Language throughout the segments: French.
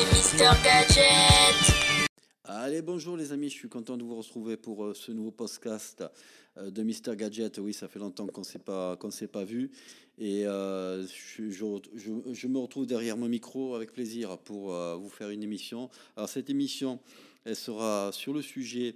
c'est Mister Gadget. Allez, bonjour les amis, je suis content de vous retrouver pour ce nouveau podcast de Mister Gadget. Oui, ça fait longtemps qu'on s'est pas vu et je me retrouve derrière mon micro avec plaisir pour vous faire une émission. Alors cette émission, elle sera sur le sujet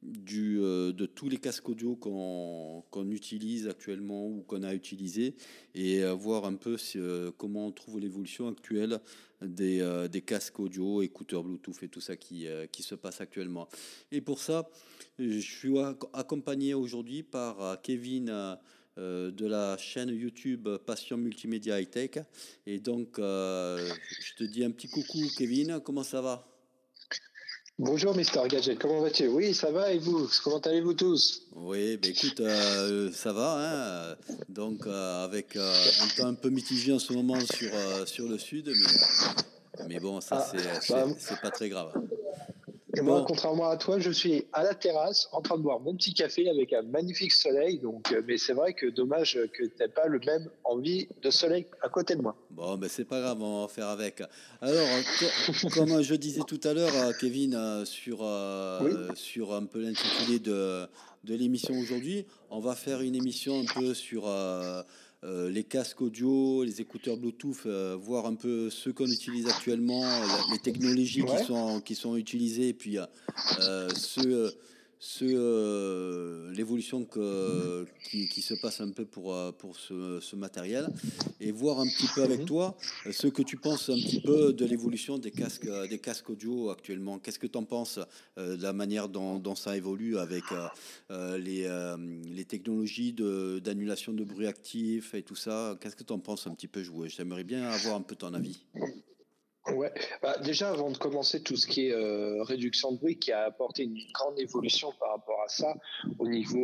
de tous les casques audio qu'on utilise actuellement ou qu'on a utilisé et voir un peu comment on trouve l'évolution actuelle des casques audio, écouteurs Bluetooth et tout ça qui se passe actuellement. Et pour ça, je suis accompagné aujourd'hui par Kevin de la chaîne YouTube Passion Multimédia High Tech. Et donc, je te dis un petit coucou, Kevin, comment ça va? Bonjour Mister Gadget, comment vas-tu? Oui, ça va et vous? Comment allez-vous tous? Oui, ben écoute, ça va, hein. Donc, avec un temps un peu mitigé en ce moment sur le sud, mais bon, ça, Ah, bah, c'est pas très grave. et moi, Bon, contrairement à toi, je suis à la terrasse en train de boire mon petit café avec un magnifique soleil. Donc, mais c'est vrai que dommage que tu n'aies pas le même envie de soleil à côté de moi. bon, ben c'est pas grave, on va faire avec. Alors, comme je disais tout à l'heure, Kevin, Oui, sur un peu l'intitulé de l'émission aujourd'hui, on va faire une émission un peu sur les casques audio, les écouteurs Bluetooth, voir un peu ceux qu'on utilise actuellement, les technologies ouais. qui sont utilisées, et puis ceux, l'évolution qui se passe un peu pour ce matériel et voir un petit peu avec Mhm. toi ce que tu penses un petit peu de l'évolution des casques audio actuellement. Qu'est-ce que tu en penses de la manière dont ça évolue avec les technologies d'annulation de bruit actif et tout ça? Qu'est-ce que tu en penses un petit peu? J'aimerais bien avoir un peu ton avis. Ouais. Bah, déjà, avant de commencer tout ce qui est réduction de bruit, qui a apporté une grande évolution par rapport à ça, au niveau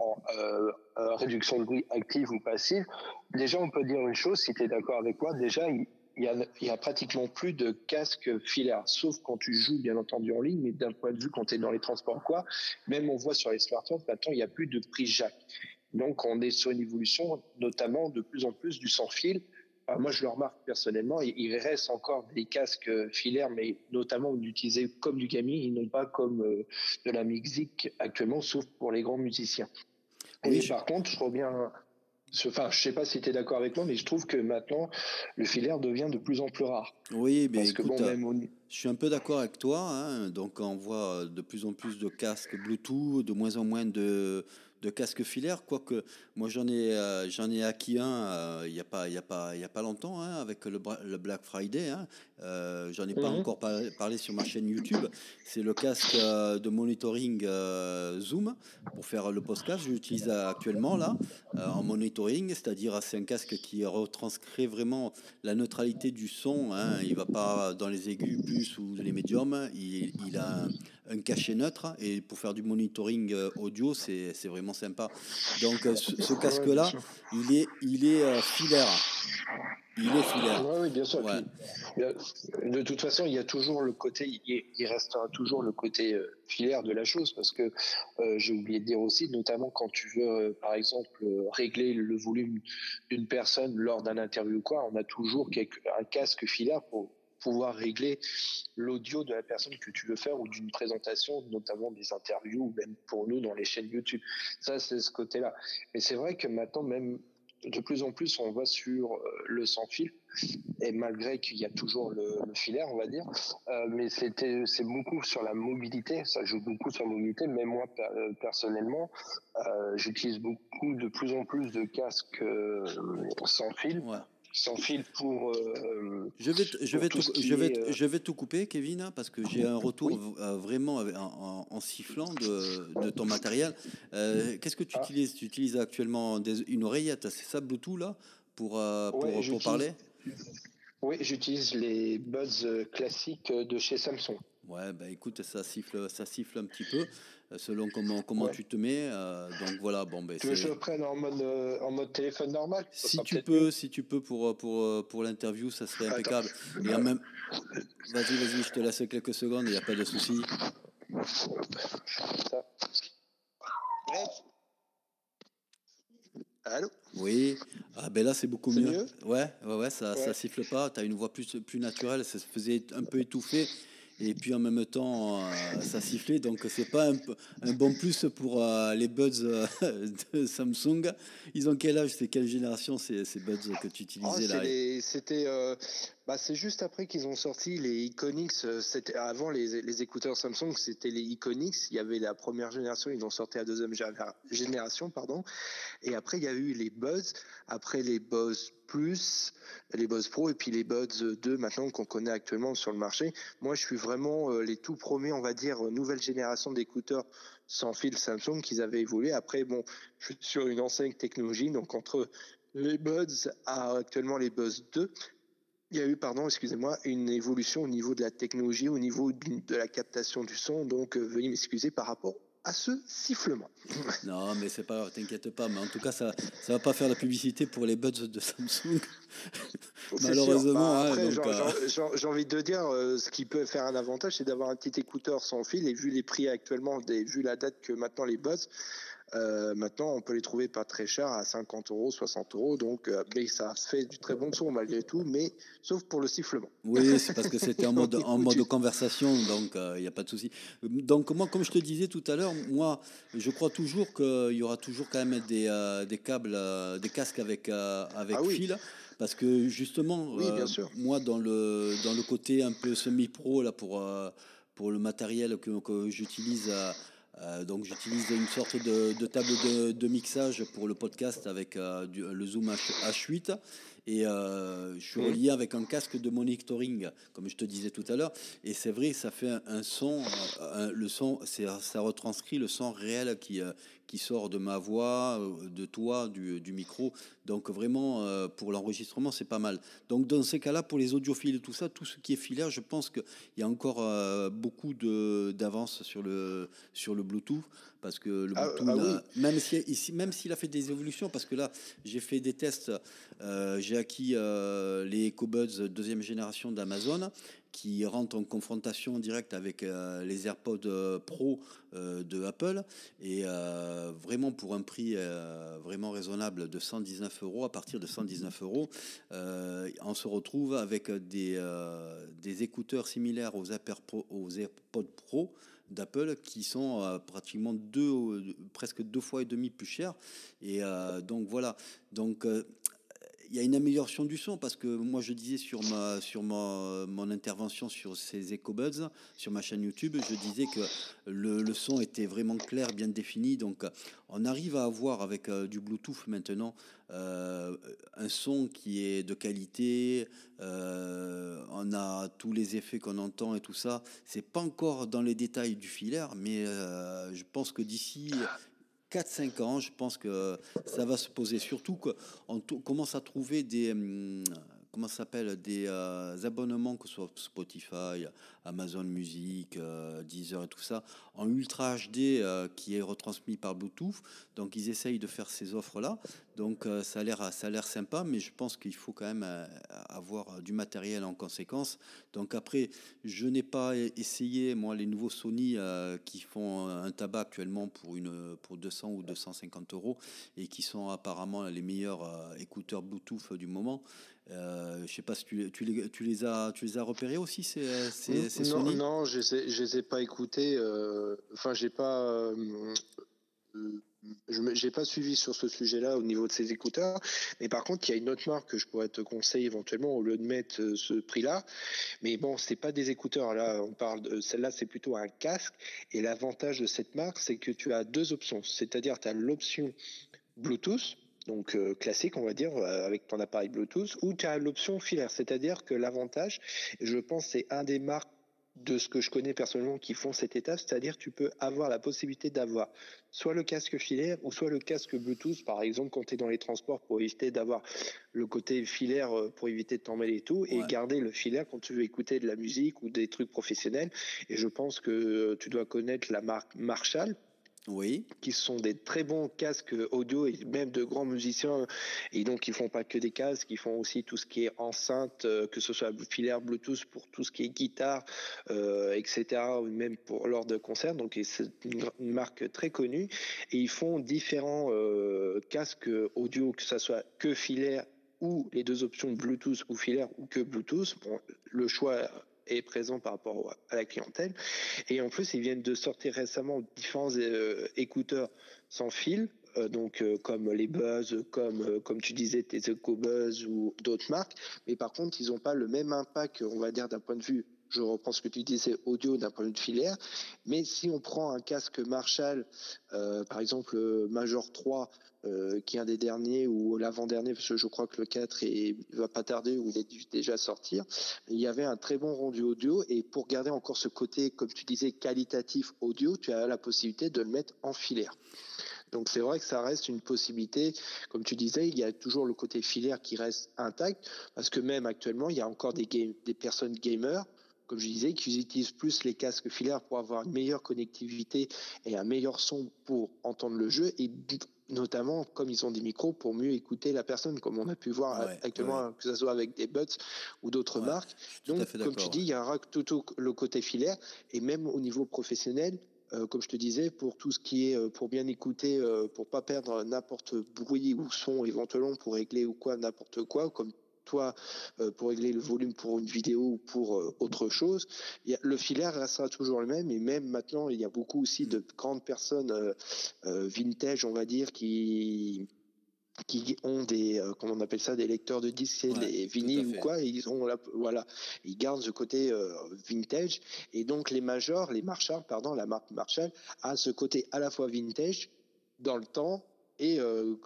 réduction de bruit active ou passive, déjà, on peut dire une chose, si tu es d'accord avec moi, déjà, il y a pratiquement plus de casques filaires, sauf quand tu joues, bien entendu, en ligne, mais d'un point de vue, quand tu es dans les transports, quoi, même on voit sur les smartphones, maintenant, il n'y a plus de prise jack. Donc, on est sur une évolution, notamment de plus en plus du sans fil. Alors moi, je le remarque personnellement, il reste encore des casques filaires, mais notamment utilisés comme du gaming et non pas comme de la musique actuellement, sauf pour les grands musiciens. Oui, Et par contre, je reviens, enfin, je sais pas si tu es d'accord avec moi, mais je trouve que maintenant, le filaire devient de plus en plus rare. oui, mais Parce que écoute, bon, même au... je suis un peu d'accord avec toi, hein. Donc, on voit de plus en plus de casques Bluetooth, de moins en moins de casques filaires. Quoique, moi, j'en ai acquis un il y a pas longtemps, hein, avec le Black Friday, hein. J'en ai pas Mhm. encore parlé sur ma chaîne YouTube. C'est le casque de monitoring Zoom pour faire le podcast. Je l'utilise actuellement là en monitoring, c'est-à-dire c'est un casque qui retranscrit vraiment la neutralité du son, hein. Il va pas dans les aigus plus ou les médiums. Il a un cachet neutre et pour faire du monitoring audio, c'est vraiment sympa. Donc ce Ouais, bien casque-là, sûr. il est filaire. Il est filaire. Ouais, oui, bien sûr. Ouais. Puis, de toute façon, il y a toujours le côté, il restera toujours le côté filaire de la chose, parce que j'ai oublié de dire aussi, notamment quand tu veux, par exemple, régler le volume d'une personne lors d'un interview ou quoi, on a toujours un casque filaire pour pouvoir régler l'audio de la personne que tu veux faire ou d'une présentation, notamment des interviews ou même pour nous dans les chaînes YouTube. Ça, c'est ce côté-là. Mais c'est vrai que maintenant, même de plus en plus, on va sur le sans fil, et malgré qu'il y a toujours le filaire, on va dire, mais c'est beaucoup sur la mobilité, ça joue beaucoup sur la mobilité. Mais moi, personnellement, j'utilise beaucoup, de plus en plus de casques sans fil, Ouais. sans fil pour pour tout ce qui est je vais te couper, Kevin, hein, parce que j'ai un retour oui. vraiment en sifflant de ton matériel. Qu'est-ce que tu Ah, utilises? Tu utilises actuellement une oreillette, c'est ça, Bluetooth, là, ouais, pour parler? j'utilise les Buds classiques de chez Samsung. Ouais, bah écoute, ça siffle un petit peu selon comment Ouais. tu te mets. Donc voilà, bon, ben Tu veux que je c'est. le prenne en mode téléphone normal? Ça sera peut-être mieux. Si tu peux pour l'interview, ça serait Attends. impeccable. Et en même, vas-y, je te laisse quelques secondes, il n'y a pas de souci. Ça. Bref. Allô? Oui, ah ben là c'est beaucoup C'est mieux. mieux? Ouais, ça Ouais. siffle pas, tu as une voix plus naturelle, ça se faisait un peu étouffé, et puis en même temps ça sifflait, donc c'est pas un bon plus pour les Buds de Samsung. Ils ont quel âge, c'est quelle génération ces Buds que tu Oh, utilisais là? c'est juste après qu'ils ont sorti les Iconix. C'était avant les écouteurs Samsung, c'était les Iconix. Il y avait la première génération, ils ont sorti la deuxième génération, pardon. Et après, il y a eu les Buds, après les Buds Plus, les Buds Pro, et puis les Buds 2 maintenant qu'on connaît actuellement sur le marché. Moi, je suis vraiment les tout premiers, on va dire, nouvelle génération d'écouteurs sans fil Samsung qu'ils avaient évolué. Après, bon, je suis sur une ancienne technologie, donc entre les Buds à actuellement les Buds 2, il y a eu, pardon, excusez-moi, une évolution au niveau de la technologie, au niveau de la captation du son. Donc, veuillez m'excuser par rapport à ce sifflement. Non, mais c'est pas grave, t'inquiète pas, mais en tout cas ça va pas faire la publicité pour les Buds de Samsung, C'est sûr. malheureusement, Bah hein, après, donc j'ai envie de dire, ce qui peut faire un avantage, c'est d'avoir un petit écouteur sans fil. Et vu les prix actuellement, vu la date que maintenant les Buds, maintenant on peut les trouver pas très cher à 50 euros, 60 euros. Donc, mais ça fait du très bon son malgré tout, mais sauf pour le sifflement. oui, c'est parce que c'était en Où mode tu- conversation, donc il n'y a pas de souci. Donc moi, comme je te disais tout à l'heure, moi, je crois toujours qu'il y aura toujours quand même des câbles, des casques Ah avec oui, fil, parce que justement, oui, bien sûr. moi, dans le côté un peu semi-pro, là, pour le matériel que j'utilise, donc j'utilise une sorte de table de mixage pour le podcast avec le Zoom H8, et je suis Mhm. relié avec un casque de monitoring, comme je te disais tout à l'heure. Et c'est vrai, ça fait un son, le son, ça retranscrit le son réel qui sort de ma voix, de toi, du micro. Donc vraiment, pour l'enregistrement, c'est pas mal. Donc dans ces cas-là, pour les audiophiles et tout ça, tout ce qui est filaire, je pense qu'il y a encore beaucoup d'avance sur le Bluetooth. Parce que le Bluetooth, Ah oui. là, même s'il a fait des évolutions, parce que là, j'ai fait des tests, j'ai acquis les EcoBuds deuxième génération d'Amazon qui rentrent en confrontation directe avec les AirPods Pro de Apple, et vraiment pour un prix vraiment raisonnable de 119 euros. À partir de 119 euros, on se retrouve avec des écouteurs similaires aux AirPods Pro d'Apple qui sont pratiquement presque deux fois et demi plus chers. Et donc voilà. Donc il y a une amélioration du son, parce que moi je disais mon intervention sur ces EcoBuds sur ma chaîne YouTube, je disais que le son était vraiment clair, bien défini. Donc on arrive à avoir avec du Bluetooth maintenant un son qui est de qualité. On a tous les effets qu'on entend et tout ça. C'est pas encore dans les détails du filaire, mais je pense que d'ici 4-5 ans, je pense que ça va se poser. Surtout qu'on commence à trouver comment ça s'appelle, des abonnements, que ce soit Spotify, Amazon Music, Deezer et tout ça, en Ultra HD qui est retransmis par Bluetooth. Donc ils essayent de faire ces offres-là. Donc ça a l'air sympa, mais je pense qu'il faut quand même avoir du matériel en conséquence. Donc après, je n'ai pas essayé, moi, les nouveaux Sony qui font un tabac actuellement pour 200 ou 250 euros, et qui sont apparemment les meilleurs écouteurs Bluetooth du moment. Je sais pas si tu les as repérés aussi, ces Non, Sony. non, je les ai pas écoutés. Enfin, j'ai pas. J'ai pas suivi sur ce sujet-là au niveau de ces écouteurs, mais par contre, il y a une autre marque que je pourrais te conseiller éventuellement au lieu de mettre ce prix-là. Mais bon, c'est pas des écouteurs. Là, on parle de celle-là, c'est plutôt un casque. Et l'avantage de cette marque, c'est que tu as deux options. C'est-à-dire, tu as l'option Bluetooth, donc classique, on va dire, avec ton appareil Bluetooth, ou tu as l'option filaire. C'est-à-dire que l'avantage, je pense, c'est un des marques de ce que je connais personnellement qui font cette étape, c'est-à-dire tu peux avoir la possibilité d'avoir soit le casque filaire ou soit le casque Bluetooth, par exemple quand tu es dans les transports, pour éviter d'avoir le côté filaire, pour éviter de t'emmêler et tout, et Ouais. garder le filaire quand tu veux écouter de la musique ou des trucs professionnels. Et je pense que tu dois connaître la marque Marshall. Oui. qui sont des très bons casques audio et même de grands musiciens. Et donc, ils font pas que des casques, ils font aussi tout ce qui est enceinte, que ce soit filaire Bluetooth pour tout ce qui est guitare, etc., ou même lors de concerts. Donc, c'est une marque très connue. Et ils font différents casques audio, que ce soit que filaire ou les deux options Bluetooth ou filaire ou que Bluetooth. Bon, le choix est présent par rapport à la clientèle. Et en plus, ils viennent de sortir récemment différents écouteurs sans fil, comme les Buzz, comme tu disais, tes EcoBuzz ou d'autres marques. Mais par contre, ils n'ont pas le même impact, on va dire, d'un point de vue, je reprends ce que tu disais, audio, d'un point de vue filaire. Mais si on prend un casque Marshall, par exemple Major 3, qui est un des derniers, ou l'avant-dernier, parce que je crois que le 4 va pas tarder, ou il est déjà sortir, il y avait un très bon rendu audio, et pour garder encore ce côté, comme tu disais, qualitatif audio, tu as la possibilité de le mettre en filaire. Donc c'est vrai que ça reste une possibilité. Comme tu disais, il y a toujours le côté filaire qui reste intact, parce que même actuellement, il y a encore des personnes gamers, comme je disais, qui utilisent plus les casques filaires pour avoir une meilleure connectivité et un meilleur son pour entendre le jeu, et notamment comme ils ont des micros pour mieux écouter la personne, comme on a pu voir Ouais, actuellement, ouais. que ce soit avec des Buds ou d'autres Ouais, marques. je suis tout à Donc, fait comme tu d'accord. dis, il y aura tout le côté filaire, et même au niveau professionnel, comme je te disais, pour tout ce qui est pour bien écouter, pour pas perdre n'importe bruit ou son éventuellement, pour régler ou quoi, n'importe quoi, comme toi, pour régler le volume pour une vidéo ou pour autre chose. Le filaire restera toujours le même, et même maintenant, il y a beaucoup aussi de grandes personnes vintage, on va dire, qui ont des, comment on appelle ça, des lecteurs de disques, Ouais, les tout à vinyles ou fait. quoi, et ils ont voilà, ils gardent ce côté vintage. Et donc les Marshall, pardon, la marque Marshall a ce côté à la fois vintage dans le temps, et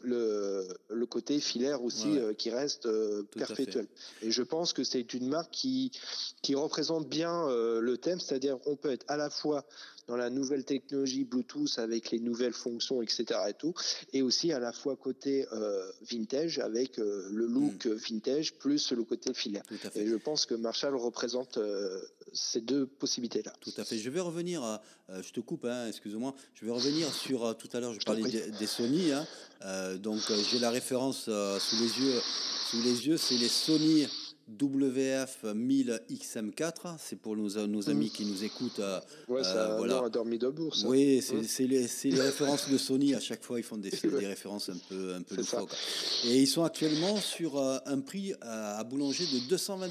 le côté filaire Ouais, aussi, ouais, qui reste tout à fait. perpétuel. Et je pense que c'est une marque qui représente bien le thème, c'est-à-dire on peut être à la fois dans la nouvelle technologie Bluetooth avec les nouvelles fonctions, etc. et tout, et aussi à la fois côté vintage avec le Mm, look vintage plus le côté filaire. tout à fait. Et je pense que Marshall représente ces deux possibilités-là. Tout à fait. Je vais revenir, je te coupe, hein, excuse-moi. Je vais revenir sur, tout à l'heure, je Je t'en parlais prie. des Sony. Hein. J'ai la référence sous les yeux. Sous les yeux, c'est les Sony WF 1000 XM4. C'est pour nos Mmh. amis qui nous écoutent. Ouais, ça a Voilà. dormi debout, ça. Oui, Mmh. c'est les références de Sony. À chaque fois, ils font des Ouais, références un peu c'est ça. loufoques. Et ils sont actuellement sur un prix à boulanger de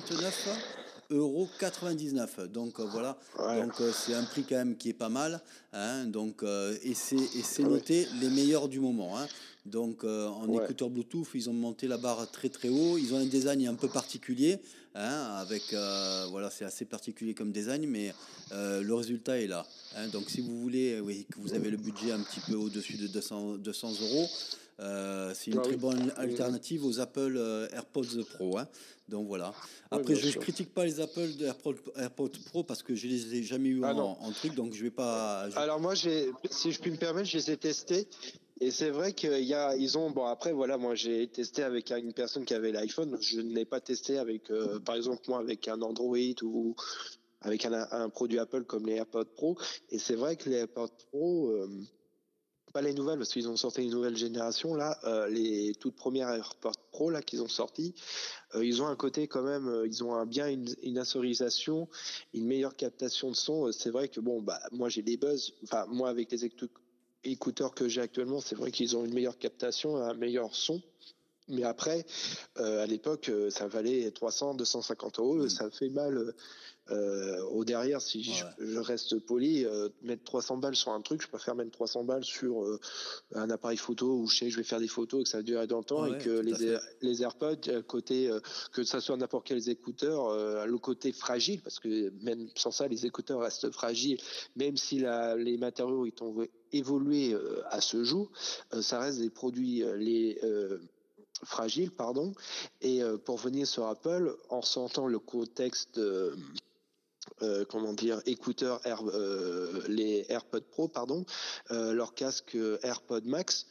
229,99 €. Donc voilà, Ouais. donc c'est un prix quand même qui est pas mal. Hein, donc, c'est Ouais. noté les meilleurs du moment. Hein. Donc en Ouais. écouteur Bluetooth, ils ont monté la barre très très haut. Ils ont un design un peu particulier. Hein, avec voilà, c'est assez particulier comme design, mais le résultat est là. Hein. Donc si vous voulez, oui, que vous avez le budget un petit peu au-dessus de 200 €, c'est une Ah très oui. bonne Mmh. alternative aux Apple AirPods Pro. Hein. Donc voilà. Oui, Après, bien je ne sûr. critique pas les Apple de AirPods Pro parce que je les ai jamais eu Ah non. en truc, donc je vais pas. Alors moi, si je puis me permettre, je les ai testés. Et c'est vrai ils ont, bon après voilà, moi j'ai testé avec une personne qui avait l'iPhone, je ne l'ai pas testé avec, par exemple moi avec un Android ou avec un produit Apple comme les AirPods Pro. Et c'est vrai que les AirPods Pro, pas les nouvelles parce qu'ils ont sorti une nouvelle génération là, les toutes premières AirPods Pro là qu'ils ont sorti, ils ont un côté quand même, ils ont bien une insonorisation, une meilleure captation de son. C'est vrai que bon, bah moi j'ai des buzz, enfin moi avec les écouteurs que j'ai actuellement, c'est vrai qu'ils ont une meilleure captation, un meilleur son. Mais après, à l'époque, ça valait 300, 250 €. Hmm, Ça fait mal au derrière, si ouais, je reste poli, mettre 300 balles sur un truc, je préfère mettre 300 balles sur un appareil photo où je sais que je vais faire des photos et que ça va durer dans le temps, ouais, et ouais, que tout à fait. les AirPods, côté, que ça soit n'importe quels écouteurs, le côté fragile, parce que même sans ça, les écouteurs restent fragiles, même si les matériaux ils ont évolué à ce jour, ça reste des produits fragiles, pardon. Et pour venir sur Apple, en sentant le contexte comment dire, écouteurs les AirPods Pro, pardon, leur casque AirPod Max,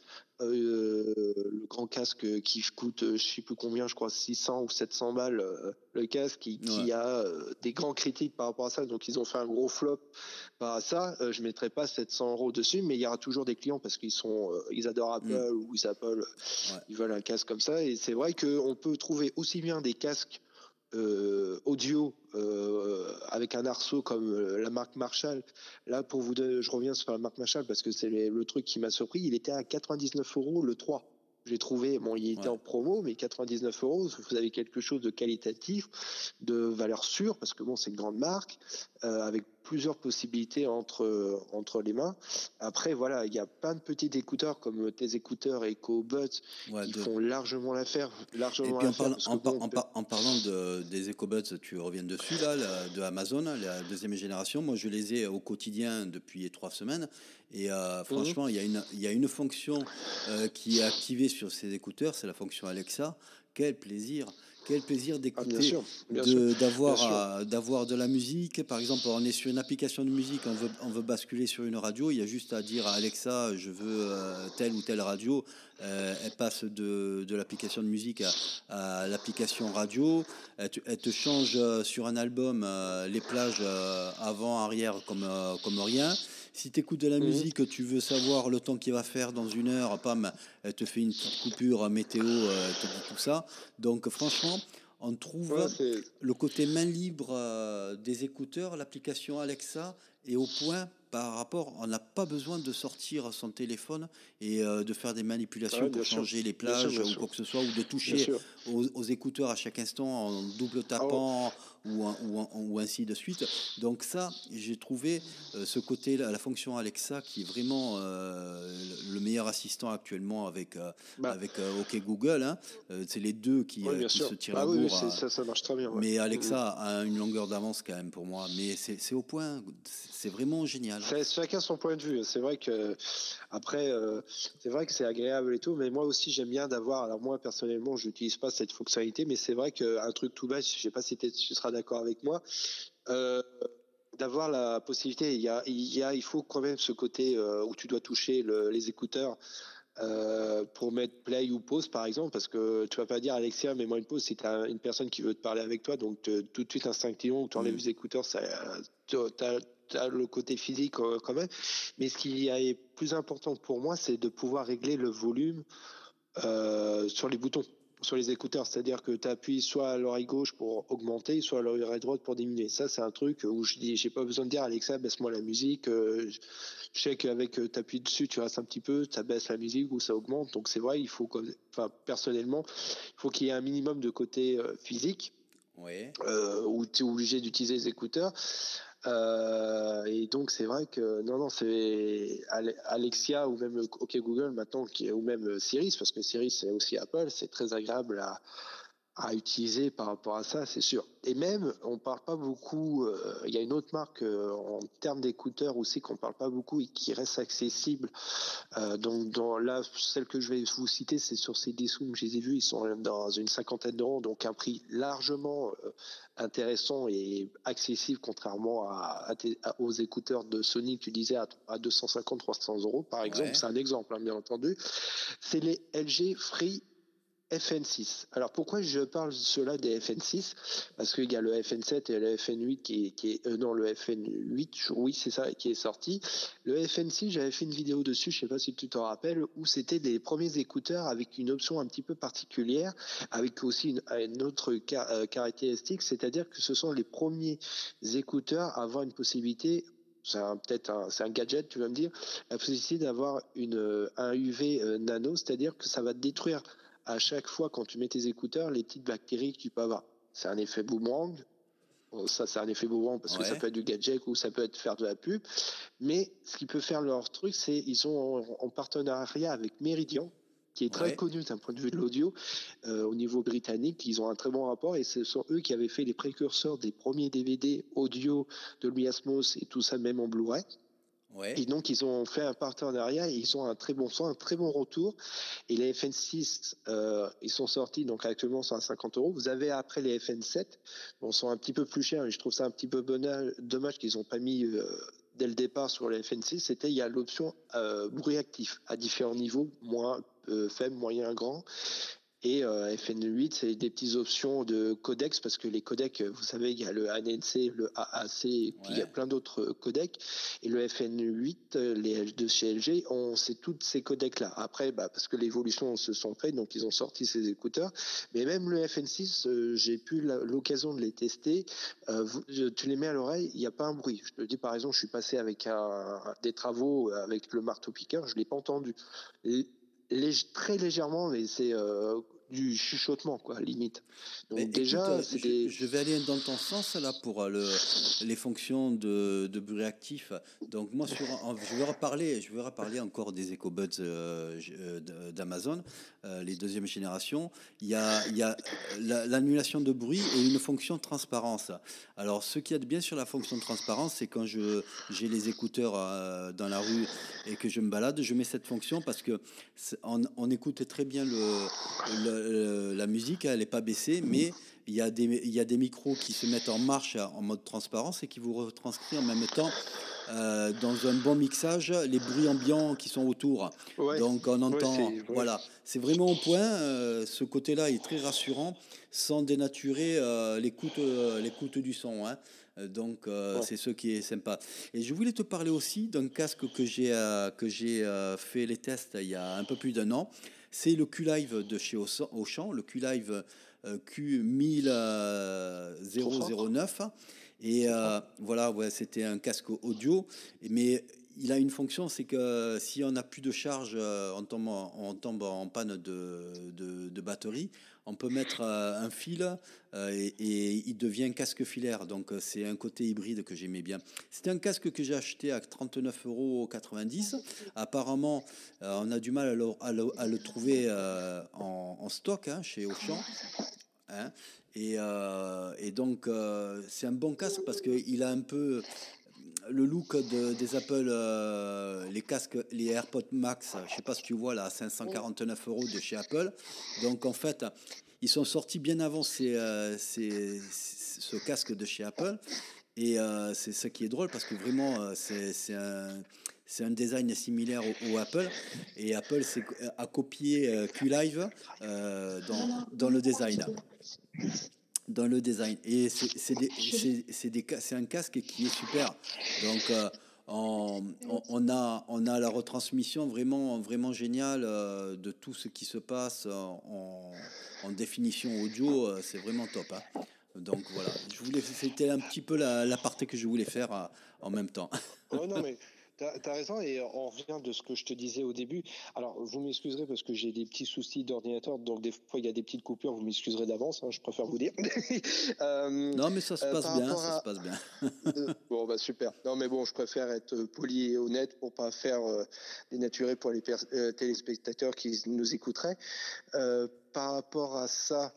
le grand casque qui coûte, je sais plus combien, je crois 600 ou 700 balles, le casque Ouais. qui a des grands critiques par rapport à ça. Donc ils ont fait un gros flop par rapport à ça. Je mettrai pas 700 € dessus, mais il y aura toujours des clients parce ils adorent Apple ou Ouais. ils veulent un casque comme ça. Et c'est vrai qu'on peut trouver aussi bien des casques audio avec un arceau comme la marque Marshall. Là, pour vous donner, je reviens sur la marque Marshall parce que c'est le truc qui m'a surpris. Il était à 99 € le 3. J'ai trouvé, bon, il était en promo, mais 99 €, vous avez quelque chose de qualitatif, de valeur sûre, parce que bon, c'est une grande marque, avec plusieurs possibilités entre les mains. Après, voilà, il y a plein de petits écouteurs comme tes écouteurs EcoBuds qui font largement l'affaire. Et puis en parlant des EcoBuds, tu reviens dessus là, de Amazon, la deuxième génération. Moi, je les ai au quotidien depuis 3 semaines. Et franchement, il y a une fonction qui est activée sur ces écouteurs, c'est la fonction Alexa. Quel plaisir! Quel plaisir bien d'écouter, sûr, bien sûr, bien sûr. d'avoir de la musique. Par exemple, on est sur une application de musique, on veut basculer sur une radio. Il y a juste à dire à Alexa, je veux telle ou telle radio. Elle passe de l'application de musique à l'application radio. Elle te change sur un album les plages avant, arrière comme rien. Si tu écoutes de la musique, tu veux savoir le temps qu'il va faire dans une heure, pam, elle te fait une petite coupure météo, elle te dit tout ça. Donc franchement, on trouve Ouais, le côté main libre des écouteurs, l'application Alexa est au point par rapport, on n'a pas besoin de sortir son téléphone et de faire des manipulations pour bien sûr, changer les bien sûr, plages bien ou sûr, quoi que ce soit, ou de bien toucher sûr. aux écouteurs à chaque instant en double Oh, tapant ou ainsi de suite. Donc ça, j'ai trouvé ce côté, la fonction Alexa qui est vraiment le meilleur assistant actuellement bah, avec OK Google. Hein. C'est les deux oui, bien qui sûr. se tirent la Ah oui, oui, bourre. ça marche très bien. Ouais. Mais Alexa a une longueur d'avance quand même pour moi. Mais c'est au point, c'est vraiment génial. Chacun son point de vue. C'est vrai que après, c'est vrai que c'est agréable et tout, mais moi aussi j'aime bien d'avoir. Alors moi personnellement, je n'utilise pas cette fonctionnalité, mais c'est vrai qu'un truc tout bête, je sais pas si tu seras d'accord avec moi, euh, d'avoir la possibilité. Il faut quand même ce côté où tu dois toucher les écouteurs. Pour mettre play ou pause par exemple, parce que tu vas pas dire Alexia mets-moi une pause si tu as une personne qui veut te parler avec toi, donc tout de suite instinctivement tu enlèves les écouteurs, ça t'as le côté physique quand même, mais ce qui est plus important pour moi c'est de pouvoir régler le volume sur les boutons, sur les écouteurs. C'est-à-dire que tu appuies soit à l'oreille gauche pour augmenter, soit à l'oreille droite pour diminuer. Ça, c'est un truc où je dis, j'ai pas besoin de dire Alexa, baisse-moi la musique. Je sais qu'avec t'appuies dessus, tu restes un petit peu, ça baisse la musique ou ça augmente. Donc c'est vrai, il faut, enfin personnellement, il faut qu'il y ait un minimum de côté physique. Ouais. Où tu es obligé d'utiliser les écouteurs. Et donc c'est vrai que non, c'est Alexia ou même OK Google maintenant, ou même Siri, parce que Siri c'est aussi Apple, c'est très agréable à utiliser par rapport à ça, c'est sûr. Et même, on parle pas beaucoup, il y a une autre marque en termes d'écouteurs aussi qu'on parle pas beaucoup et qui reste accessible. Donc là, celle que je vais vous citer, c'est sur CD-Zoom, je les ai vus, ils sont dans une 50aine d'euros, donc un prix largement intéressant et accessible contrairement aux écouteurs de Sony que tu disais à 250-300 € par exemple. Ouais. C'est un exemple, hein, bien entendu. C'est les LG Free FN6. Alors pourquoi je parle cela des FN6? Parce qu'il y a le FN7 et le FN8 non, le FN8, oui c'est ça, qui est sorti. Le FN6, j'avais fait une vidéo dessus, je sais pas si tu t'en rappelles, où c'était des premiers écouteurs avec une option un petit peu particulière, avec aussi une autre caractéristique, c'est-à-dire que ce sont les premiers écouteurs à avoir une possibilité. C'est un gadget, tu vas me dire, la possibilité d'avoir un UV nano, c'est-à-dire que ça va détruire à chaque fois quand tu mets tes écouteurs les petites bactéries que tu peux avoir. C'est un effet boomerang. Bon, ça, c'est un effet boomerang parce que ça Ouais. peut être du gadget ou ça peut être faire de la pub. Mais ce qui peut faire leur truc, c'est ils ont en partenariat avec Meridian, qui est très Ouais. connu d'un point de vue de l'audio au niveau britannique. Ils ont un très bon rapport et ce sont eux qui avaient fait les précurseurs des premiers DVD audio de Dolby Atmos et tout ça même en Blu-ray. Ouais. Et donc, ils ont fait un partenariat et ils ont un très bon son, un très bon retour. Et les FN6, ils sont sortis, donc actuellement, sont à 50 euros. Vous avez après les FN7, bon, sont un petit peu plus chers et je trouve ça un petit peu dommage qu'ils n'ont pas mis dès le départ sur les FN6. Il y a l'option bruit actif à différents niveaux, moins faible, moyen, grand. Et FN8, c'est des petites options de codecs, parce que les codecs, vous savez, il y a le ANC, le AAC, et puis il y a Ouais. plein d'autres codecs. Et le FN8, de chez LG, c'est tous ces codecs-là. Après, parce que l'évolution se sont faites, donc ils ont sorti ces écouteurs. Mais même le FN6, j'ai pu l'occasion de les tester. Tu les mets à l'oreille, il n'y a pas un bruit. Je te dis, par exemple, je suis passé avec des travaux avec le marteau-piqueur, je ne l'ai pas entendu. Très légèrement, mais c'est du chuchotement, quoi, limite. Mais Donc écoute, déjà, c'est des... je vais aller dans ton sens là pour les fonctions de bruit actif. Donc moi, je vais reparler encore des EcoBuds d'Amazon, les deuxième génération. Il y a l'annulation de bruit et une fonction transparence. Alors, ce qu'il y a de bien sur la fonction de transparence, c'est quand j'ai les écouteurs dans la rue et que je me balade, je mets cette fonction parce que on écoute très bien la musique, elle n'est pas baissée, mais il y a des micros qui se mettent en marche en mode transparence et qui vous retranscrivent en même temps dans un bon mixage les bruits ambiants qui sont autour. Ouais, Donc on ouais, entend, c'est... Ouais. voilà, c'est vraiment au point. Ce côté-là est très rassurant sans dénaturer l'écoute du son, hein. Donc Ouais. c'est ce qui est sympa. Et je voulais te parler aussi d'un casque que j'ai fait les tests il y a un peu plus d'un an. C'est le Q-Live de chez Auchan, le Q-Live Trop fort, Q10009. Et trop fort. voilà, ouais, c'était un casque audio, mais il a une fonction, c'est que si on n'a plus de charge, on tombe en panne de batterie, on peut mettre un fil et il devient casque filaire. Donc c'est un côté hybride que j'aimais bien. C'était un casque que j'ai acheté à 39,90 €. Apparemment, on a du mal à le trouver en stock, hein, chez Auchan. Hein. Et donc, c'est un bon casque parce qu'il a un peu le look des Apple, les casques, les AirPods Max. Je sais pas si tu vois là, 549 € de chez Apple. Donc, en fait, ils sont sortis bien avant ce casque de chez Apple. Et c'est ça qui est drôle parce que vraiment, c'est un design similaire au Apple. Et Apple a copié QLive dans le design. Dans le design. Et c'est un casque qui est super. Donc, on a la retransmission vraiment, vraiment géniale de tout ce qui se passe en définition audio. C'est vraiment top, hein. Donc voilà, c'était un petit peu la partie que je voulais faire en même temps. Ouais, non, mais t'as raison, et on revient de ce que je te disais au début. Alors, vous m'excuserez parce que j'ai des petits soucis d'ordinateur, donc des fois il y a des petites coupures, vous m'excuserez d'avance, hein, je préfère vous dire. Non, mais ça se passe Par bien, rapport ça se à... passe bien. Bon, bah super. Non, mais bon, je préfère être poli et honnête pour pas faire dénaturer pour les téléspectateurs qui nous écouteraient. Par rapport à ça,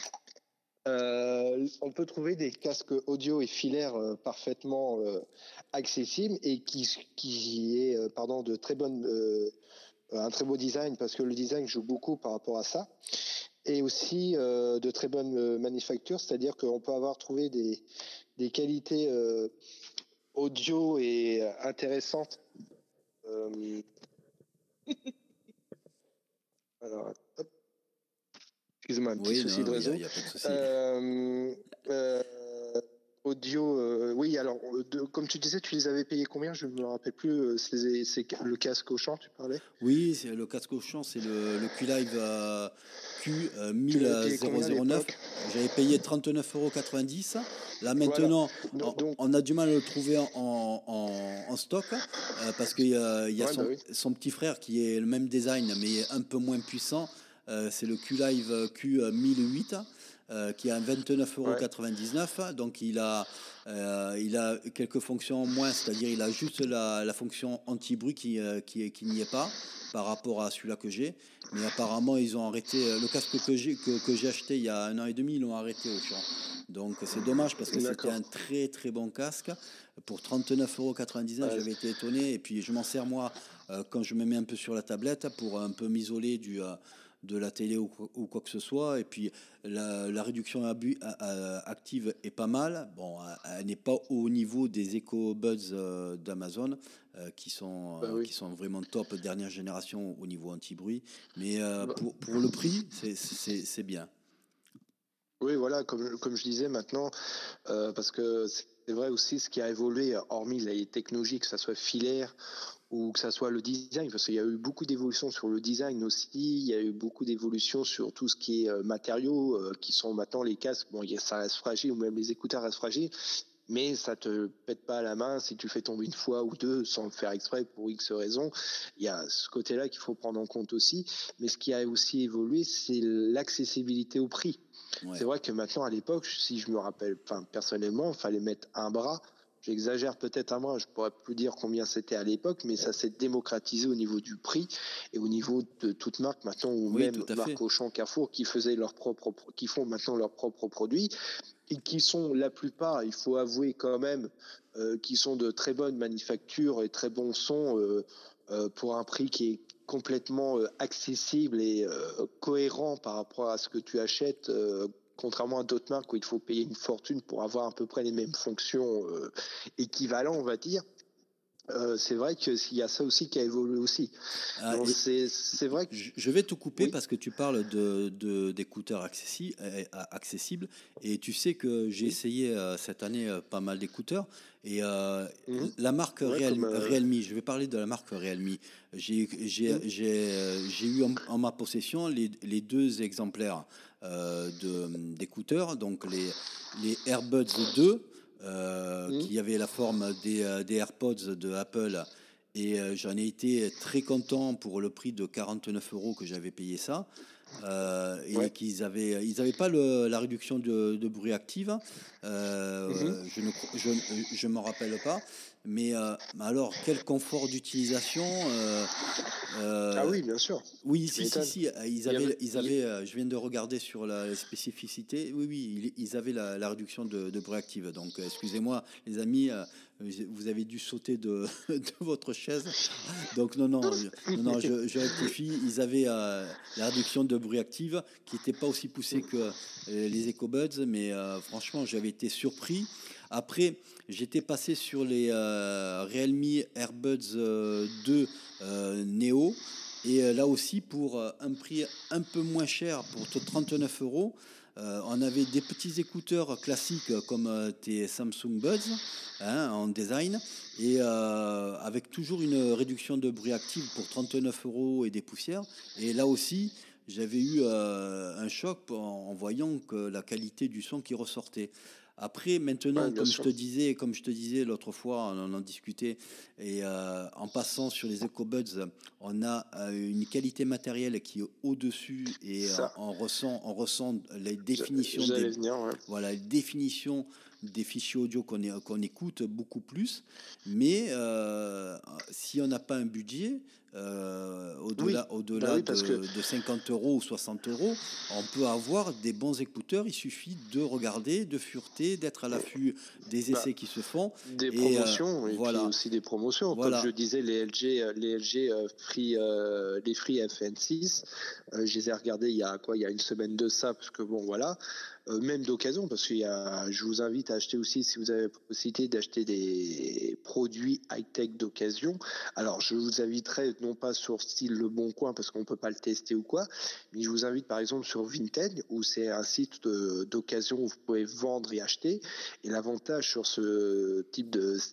on peut trouver des casques audio et filaires parfaitement accessibles et qui est pardon, de très bonne un très beau design, parce que le design joue beaucoup par rapport à ça, et aussi de très bonne manufacture, c'est-à-dire qu'on peut avoir trouvé des qualités audio et intéressantes. Alors, hop, excusez-moi, un petit Oui, souci de non, réseau. y a pas de souci. Euh, audio, oui, alors, comme tu disais, tu les avais payés combien? Je ne me rappelle plus. C'est le casque Auchan, tu parlais? Oui, c'est le casque au champ, c'est le Q-Live Tu l'avais payé combien à Q1009. l'époque? J'avais payé 39,90 €. Là Voilà. maintenant, Donc, on a du mal à le trouver en stock parce qu'il y a ouais, bah oui. son petit frère qui est le même design mais un peu moins puissant. C'est le Q-Live Q1008. qui est à 29,99 €. Donc il a quelques fonctions en moins, c'est-à-dire il a juste la fonction anti-bruit qui n'y est pas par rapport à celui-là que j'ai. Mais apparemment, ils ont arrêté le casque que j'ai acheté il y a 1 an et demi, ils l'ont arrêté au champ. Donc c'est dommage parce que c'était un très très bon casque. Pour 39,99 €, j'avais été étonné. Et puis je m'en sers moi quand je me mets un peu sur la tablette pour un peu m'isoler de la télé ou quoi que ce soit. Et puis la réduction active est pas mal. Bon, elle n'est pas au niveau des EcoBuds d'Amazon qui sont vraiment top, dernière génération au niveau anti-bruit. Mais pour le prix, c'est bien. Oui, voilà, comme je disais maintenant, parce que c'est vrai aussi ce qui a évolué, hormis les technologies, que ça soit filaire ou que ça soit le design, parce qu'il y a eu beaucoup d'évolutions sur le design aussi, il y a eu beaucoup d'évolutions sur tout ce qui est matériaux, qui sont maintenant les casques, bon, ça reste fragile, ou même les écouteurs restent fragiles, mais ça te pète pas à la main si tu fais tomber une fois ou deux sans le faire exprès pour X raisons. Il y a ce côté-là qu'il faut prendre en compte aussi, mais ce qui a aussi évolué, c'est l'accessibilité au prix. Ouais. C'est vrai que maintenant, à l'époque, si je me rappelle, personnellement, il fallait mettre un bras. J'exagère peut-être à moi, je pourrais plus dire combien c'était à l'époque, mais ça s'est démocratisé au niveau du prix et au niveau de toute marque maintenant, ou Oui, même tout à marque fait. Auchan, Carrefour, qui font maintenant leurs propres produits et qui sont la plupart, il faut avouer quand même, qui sont de très bonne manufacture et très bons sons pour un prix qui est complètement accessible et cohérent par rapport à ce que tu achètes, contrairement à d'autres marques où il faut payer une fortune pour avoir à peu près les mêmes fonctions équivalentes, on va dire. C'est vrai qu'il y a ça aussi qui a évolué aussi. Ah, Donc et c'est vrai que je vais te couper oui. parce que tu parles d'écouteurs accessibles et tu sais que j'ai Oui. essayé cette année pas mal d'écouteurs et Mhm. la marque Ouais, comme Realme, je vais parler de la marque Realme. mhm. J'ai eu en ma possession les deux exemplaires d'écouteurs, donc les AirBuds 2 Mhm. qui avaient la forme des AirPods de Apple et j'en ai été très content pour le prix de 49 € que j'avais payé ça. Et Ouais. ils avaient pas la réduction de bruit active. Mhm. Je m'en rappelle pas. Mais alors, quel confort d'utilisation. Ah euh, oui, bien sûr. oui, Tu m'étonnes. si. Il y avait, Je viens de regarder sur la spécificité. Oui, ils avaient la réduction de bruit active. Donc, excusez-moi, les amis, vous avez dû sauter de votre chaise. Donc, non, je rectifie. Ils avaient la réduction de bruit active qui n'était pas aussi poussée que les EcoBuds, mais franchement, j'avais été surpris. Après, j'étais passé sur les Realme AirBuds 2 Neo. Et là aussi, pour un prix un peu moins cher, pour 39 €, on avait des petits écouteurs classiques comme tes Samsung Buds hein, en design, et avec toujours une réduction de bruit active pour 39 € et des poussières. Et là aussi, j'avais eu un choc en voyant que la qualité du son qui ressortait. Après, ouais, maintenant, bien sûr. comme je te disais l'autre fois, on en discutait, et en passant sur les EcoBuds, on a une qualité matérielle qui est au-dessus et Ça, on ressent les définitions j'allais venir. Ouais. voilà, les définitions des fichiers audio qu'on écoute beaucoup plus. Mais si on n'a pas un budget, Oui, bah au-delà oui, parce que de 50 € ou 60 €, on peut avoir des bons écouteurs. Il suffit de regarder, de fureter, d'être à l'affût des bah, essais qui se font. des Et promotions et puis voilà, aussi des promotions. Comme je voilà. disais, les LG Free, les Free FN6, je les ai regardés il y a quoi, il y a une semaine de ça, parce que bon, voilà. Même d'occasion, parce je vous invite à acheter aussi, si vous avez la possibilité d'acheter des produits high-tech d'occasion. Alors, je vous inviterai non pas sur style Le Bon Coin, parce qu'on ne peut pas le tester ou quoi, mais je vous invite par exemple sur Vinted, où c'est un site d'occasion où vous pouvez vendre et acheter. Et l'avantage sur ce type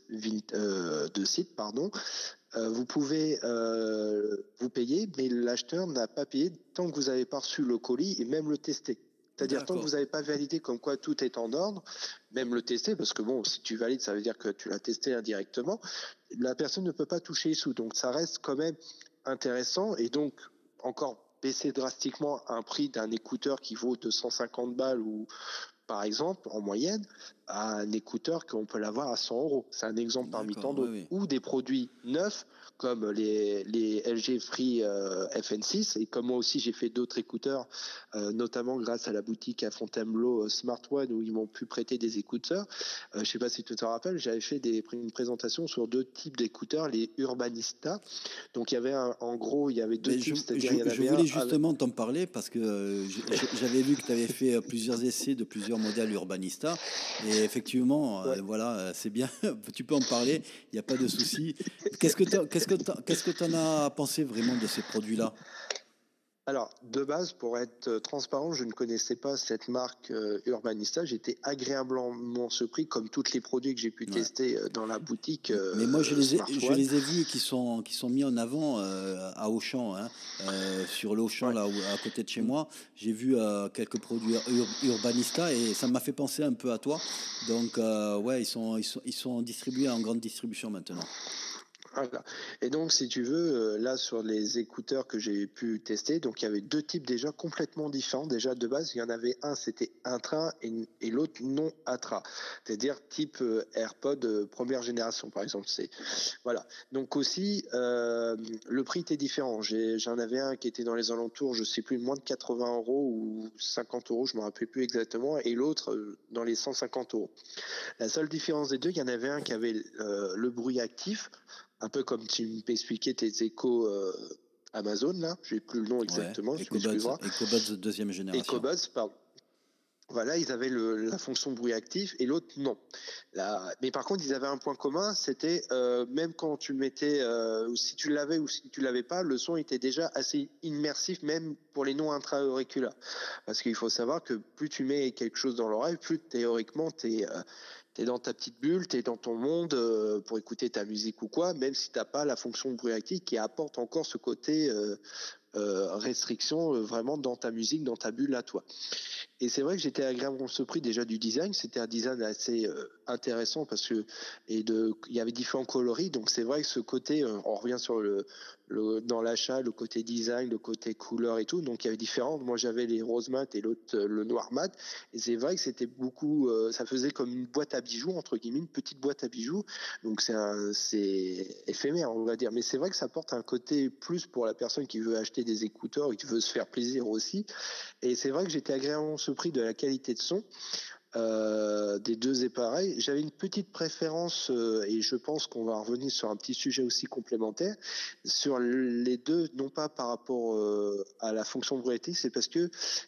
de site, vous pouvez vous payer, mais l'acheteur n'a pas payé tant que vous n'avez pas reçu le colis et même le tester. C'est-à-dire tant que vous D'accord. n'avez pas validé comme quoi tout est en ordre, même le tester, parce que bon, si tu valides, ça veut dire que tu l'as testé indirectement, la personne ne peut pas toucher les sous. Donc ça reste quand même intéressant et donc encore baisser drastiquement un prix d'un écouteur qui vaut 250 balles ou par exemple, en moyenne, à un écouteur qu'on peut l'avoir à 100 euros. C'est un exemple parmi tant d'autres. Oui. Ou des produits neufs, comme les LG Free FN6. Et comme moi aussi, j'ai fait d'autres écouteurs, notamment grâce à la boutique à Fontainebleau Smart One, où ils m'ont pu prêter des écouteurs. Je ne sais pas si tu te rappelles, j'avais fait une présentation sur 2 types d'écouteurs, les Urbanista. Donc, il y avait en gros, il y avait 2 types. Je voulais justement t'en parler parce que j'avais vu que tu avais fait plusieurs essais de plusieurs modèles Urbanista. Et effectivement, voilà, c'est bien, tu peux en parler, il n'y a pas de souci. Qu'est-ce que tu en as pensé vraiment de ces produits-là? Alors, de base, pour être transparent, je ne connaissais pas cette marque Urbanista. J'étais agréablement surpris, comme tous les produits que j'ai pu tester dans la boutique. Mais moi, je les ai vus qui sont mis en avant à Auchan, hein, sur l'Auchan, là à côté de chez moi. J'ai vu quelques produits Urbanista et ça m'a fait penser un peu à toi. Donc, ils sont distribués en grande distribution maintenant. Voilà. Et donc, si tu veux, là, sur les écouteurs que j'ai pu tester, donc il y avait 2 types déjà complètement différents. Déjà, de base, il y en avait un, c'était intra et l'autre non intra. C'est-à-dire type AirPod première génération, par exemple. Voilà. Donc aussi, le prix était différent. J'en avais un qui était dans les alentours, je sais plus, moins de 80 euros ou 50 euros, je me rappelle plus exactement, et l'autre dans les 150 euros. La seule différence des deux, il y en avait un qui avait le bruit actif, un peu comme tu peux expliquer tes échos Amazon, là. J'ai plus le nom exactement, tu m'excuseras. EcoBuds deuxième génération. EcoBuds, pardon. Voilà, ils avaient la fonction bruit actif et l'autre non. Mais par contre, ils avaient un point commun, c'était même quand tu mettais, si tu l'avais ou si tu l'avais pas, le son était déjà assez immersif, même pour les non intra-auriculaires. Parce qu'il faut savoir que plus tu mets quelque chose dans l'oreille, plus théoriquement t'es dans ta petite bulle, t'es dans ton monde pour écouter ta musique ou quoi, même si t'as pas la fonction bruit actif qui apporte encore ce côté restriction vraiment dans ta musique, dans ta bulle à toi. Et c'est vrai que j'étais agréablement surpris déjà du design. C'était un design assez intéressant parce que il y avait différents coloris. Donc c'est vrai que ce côté, on revient sur dans l'achat, le côté design, le côté couleur et tout. Donc il y avait différents. Moi j'avais les rose mat et l'autre le noir mat. Et c'est vrai que c'était beaucoup, ça faisait comme une boîte à bijoux entre guillemets, une petite boîte à bijoux. Donc c'est éphémère on va dire. Mais c'est vrai que ça apporte un côté plus pour la personne qui veut acheter des écouteurs et qui veut se faire plaisir aussi. Et c'est vrai que j'étais agréablement surpris de la qualité de son des 2 appareils. J'avais une petite préférence et je pense qu'on va revenir sur un petit sujet aussi complémentaire sur les deux, non pas par rapport à la fonction bruit, c'est parce que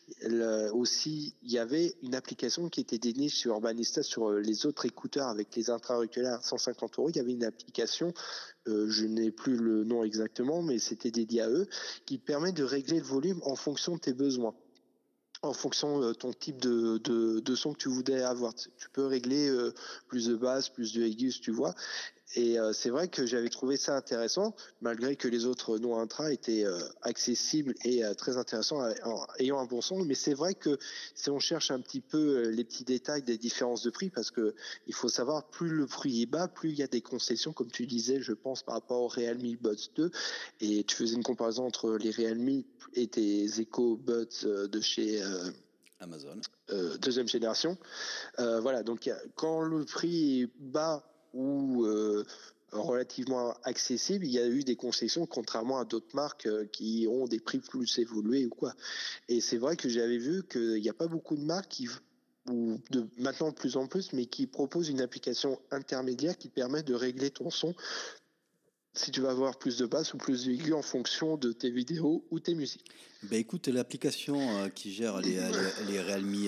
aussi il y avait une application qui était dédiée sur Urbanista sur les autres écouteurs avec les intra-auriculaires 150 euros. Il y avait une application je n'ai plus le nom exactement, mais c'était dédié à eux, qui permet de régler le volume en fonction de tes besoins, en fonction de ton type de son que tu voudrais avoir. Tu peux régler plus de basse, plus de aigus, tu vois. Et c'est vrai que j'avais trouvé ça intéressant, malgré que les autres non intra étaient accessibles et très intéressants, ayant un bon son. Mais c'est vrai que si on cherche un petit peu les petits détails des différences de prix, parce que il faut savoir, plus le prix est bas, plus il y a des concessions, comme tu disais, je pense, par rapport au Realme Buds 2. Et tu faisais une comparaison entre les Realme et tes Echo Buds de chez Amazon. Deuxième génération. Voilà, donc quand le prix est bas ou relativement accessible, il y a eu des concessions, contrairement à d'autres marques qui ont des prix plus évolués ou quoi. Et c'est vrai que j'avais vu qu'il n'y a pas beaucoup de marques maintenant de plus en plus, mais qui proposent une application intermédiaire qui permet de régler ton son si tu vas avoir plus de basses ou plus d'aigus en fonction de tes vidéos ou tes musiques. Ben écoute, l'application qui gère les Realme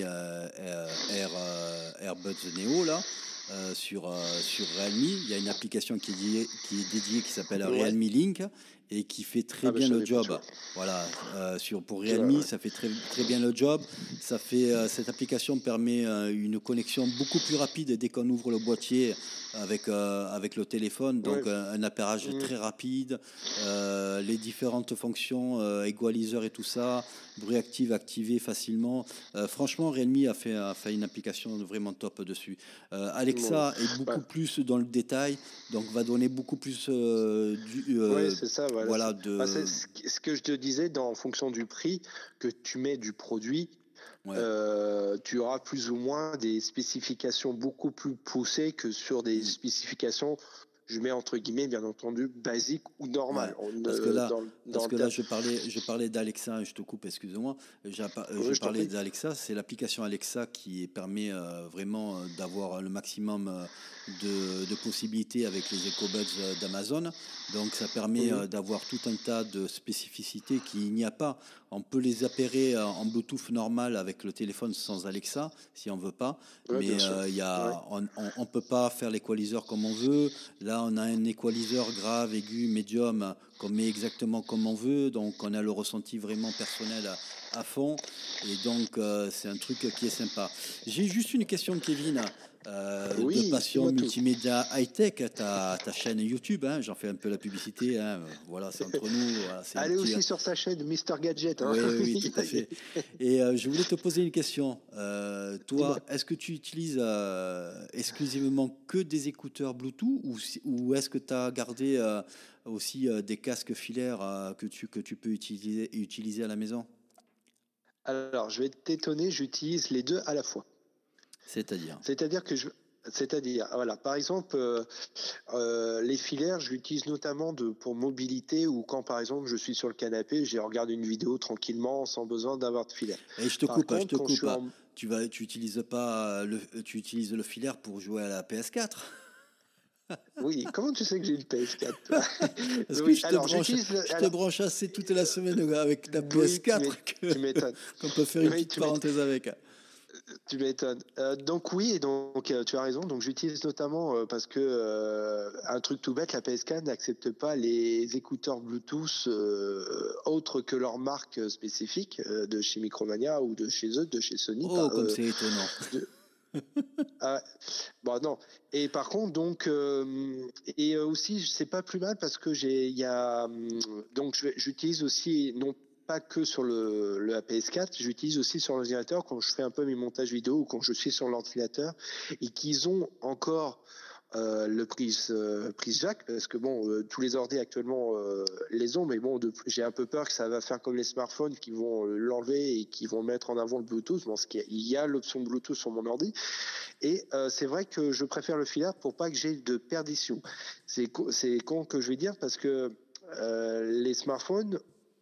AirBuds Neo là, sur Realme, il y a une application qui est dédiée qui s'appelle Realme Link et qui fait très bien le job. Voilà, pour Realme, ça fait très bien le job. Cette application permet une connexion beaucoup plus rapide dès qu'on ouvre le boîtier avec le téléphone, donc un appairage très rapide, les différentes fonctions, égaliseur et tout ça, bruit activé facilement. Franchement, Realme a fait une application vraiment top dessus. À Alexa est beaucoup plus dans le détail, donc va donner beaucoup plus ouais, c'est ça, voilà. voilà C'est ce que je te disais, en fonction du prix que tu mets du produit, ouais. tu auras plus ou moins des spécifications beaucoup plus poussées que sur des spécifications, je mets entre guillemets, bien entendu, basiques ou normales. Ouais. Parce que là, le je parlais d'Alexa, je te coupe, excuse-moi. Je Oui, je t'en parlais prie. d'Alexa, c'est l'application Alexa qui permet vraiment d'avoir le maximum de possibilités avec les EcoBuds d'Amazon. Donc ça permet Mhm. d'avoir tout un tas de spécificités qu'il n'y a pas. On peut les appairer en Bluetooth normal avec le téléphone sans Alexa, si on veut pas. Ouais, Mais bien sûr. Ouais. on peut pas faire l'équaliseur comme on veut. Là, on a un équaliseur grave, aigu, médium, qu'on met exactement comme on veut. Donc, on a le ressenti vraiment personnel à fond. Et donc, c'est un truc qui est sympa. J'ai juste une question, Kevin. De Oui, Passion dis-moi tout. Multimédia High-Tech, ta chaîne YouTube, hein, j'en fais un peu la publicité, hein, voilà, c'est entre nous, voilà, c'est un Allez petit... aussi sur sa chaîne Mister Gadget. Hein. Oui, oui, oui, tout à fait. Et je voulais te poser une question. Dis-moi. Toi, est-ce que tu utilises exclusivement que des écouteurs Bluetooth ou est-ce que tu as gardé aussi des casques filaires que tu peux utiliser à la maison? Alors, je vais t'étonner, j'utilise les deux à la fois. C'est-à-dire? C'est-à-dire que voilà, par exemple, les filaires, je l'utilise notamment pour mobilité ou quand, par exemple, je suis sur le canapé, j'ai regardé une vidéo tranquillement sans besoin d'avoir de filaire. Et Par je contre, te quand je coupe. suis en... Tu utilises pas tu utilises le filaire pour jouer à la PS4? Oui, comment tu sais que j'ai une PS4, toi? Parce que Oui, alors j'utilise... je te branche assez toute la semaine avec ta Oui, PS4 tu m'étonnes. qu'on peut faire une Oui, petite parenthèse avec. tu m'étonnes. Donc oui, et donc tu as raison. Donc j'utilise notamment parce que un truc tout bête, la PS4 n'accepte pas les écouteurs Bluetooth autres que leur marque spécifique de chez Micromania ou de chez eux, de chez Sony. Oh, comme c'est étonnant. De- ah, bon non. Et par contre donc aussi c'est pas plus mal parce que donc j'utilise aussi non pas que sur la PS4, j'utilise aussi sur l'ordinateur quand je fais un peu mes montages vidéo ou quand je suis sur l'ordinateur et qu'ils ont encore le prise jack parce que bon tous les ordi actuellement les ont mais bon j'ai un peu peur que ça va faire comme les smartphones qui vont l'enlever et qui vont mettre en avant le Bluetooth. Bon, il y a l'option Bluetooth sur mon ordi et c'est vrai que je préfère le filaire pour pas que j'ai de perdition. C'est con que je vais dire parce que les smartphones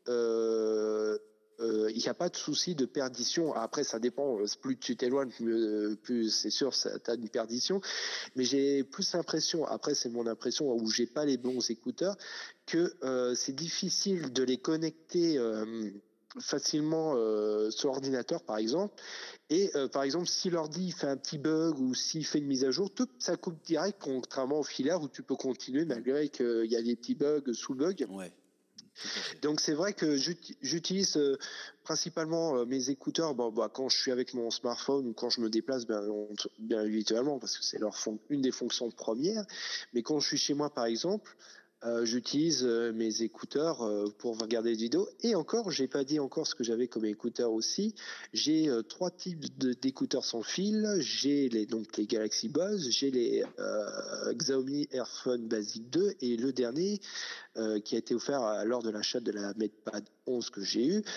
il n'y a pas de souci de perdition. Après, ça dépend. Plus tu t'éloignes, plus c'est sûr, tu as une perdition. Mais j'ai plus l'impression, après c'est mon impression où j'ai pas les bons écouteurs, que c'est difficile de les connecter facilement sur l'ordinateur par exemple. Et par exemple, si l'ordi fait un petit bug ou s'il fait une mise à jour, tout ça coupe direct, contrairement au filaire où tu peux continuer malgré qu'il y a des petits bugs sous bug. Ouais, tout à fait. Donc c'est vrai que j'utilise principalement mes écouteurs quand je suis avec mon smartphone ou quand je me déplace bien évidemment parce que c'est une des fonctions premières. Mais quand je suis chez moi par exemple, j'utilise mes écouteurs pour regarder des vidéos. Et encore, j'ai pas dit encore ce que j'avais comme écouteurs aussi. J'ai trois types d'écouteurs sans fil. J'ai donc les Galaxy Buds, j'ai les Xiaomi Airphone Basic 2 et le dernier qui a été offert lors de l'achat de la MedPad 11 que j'ai eu,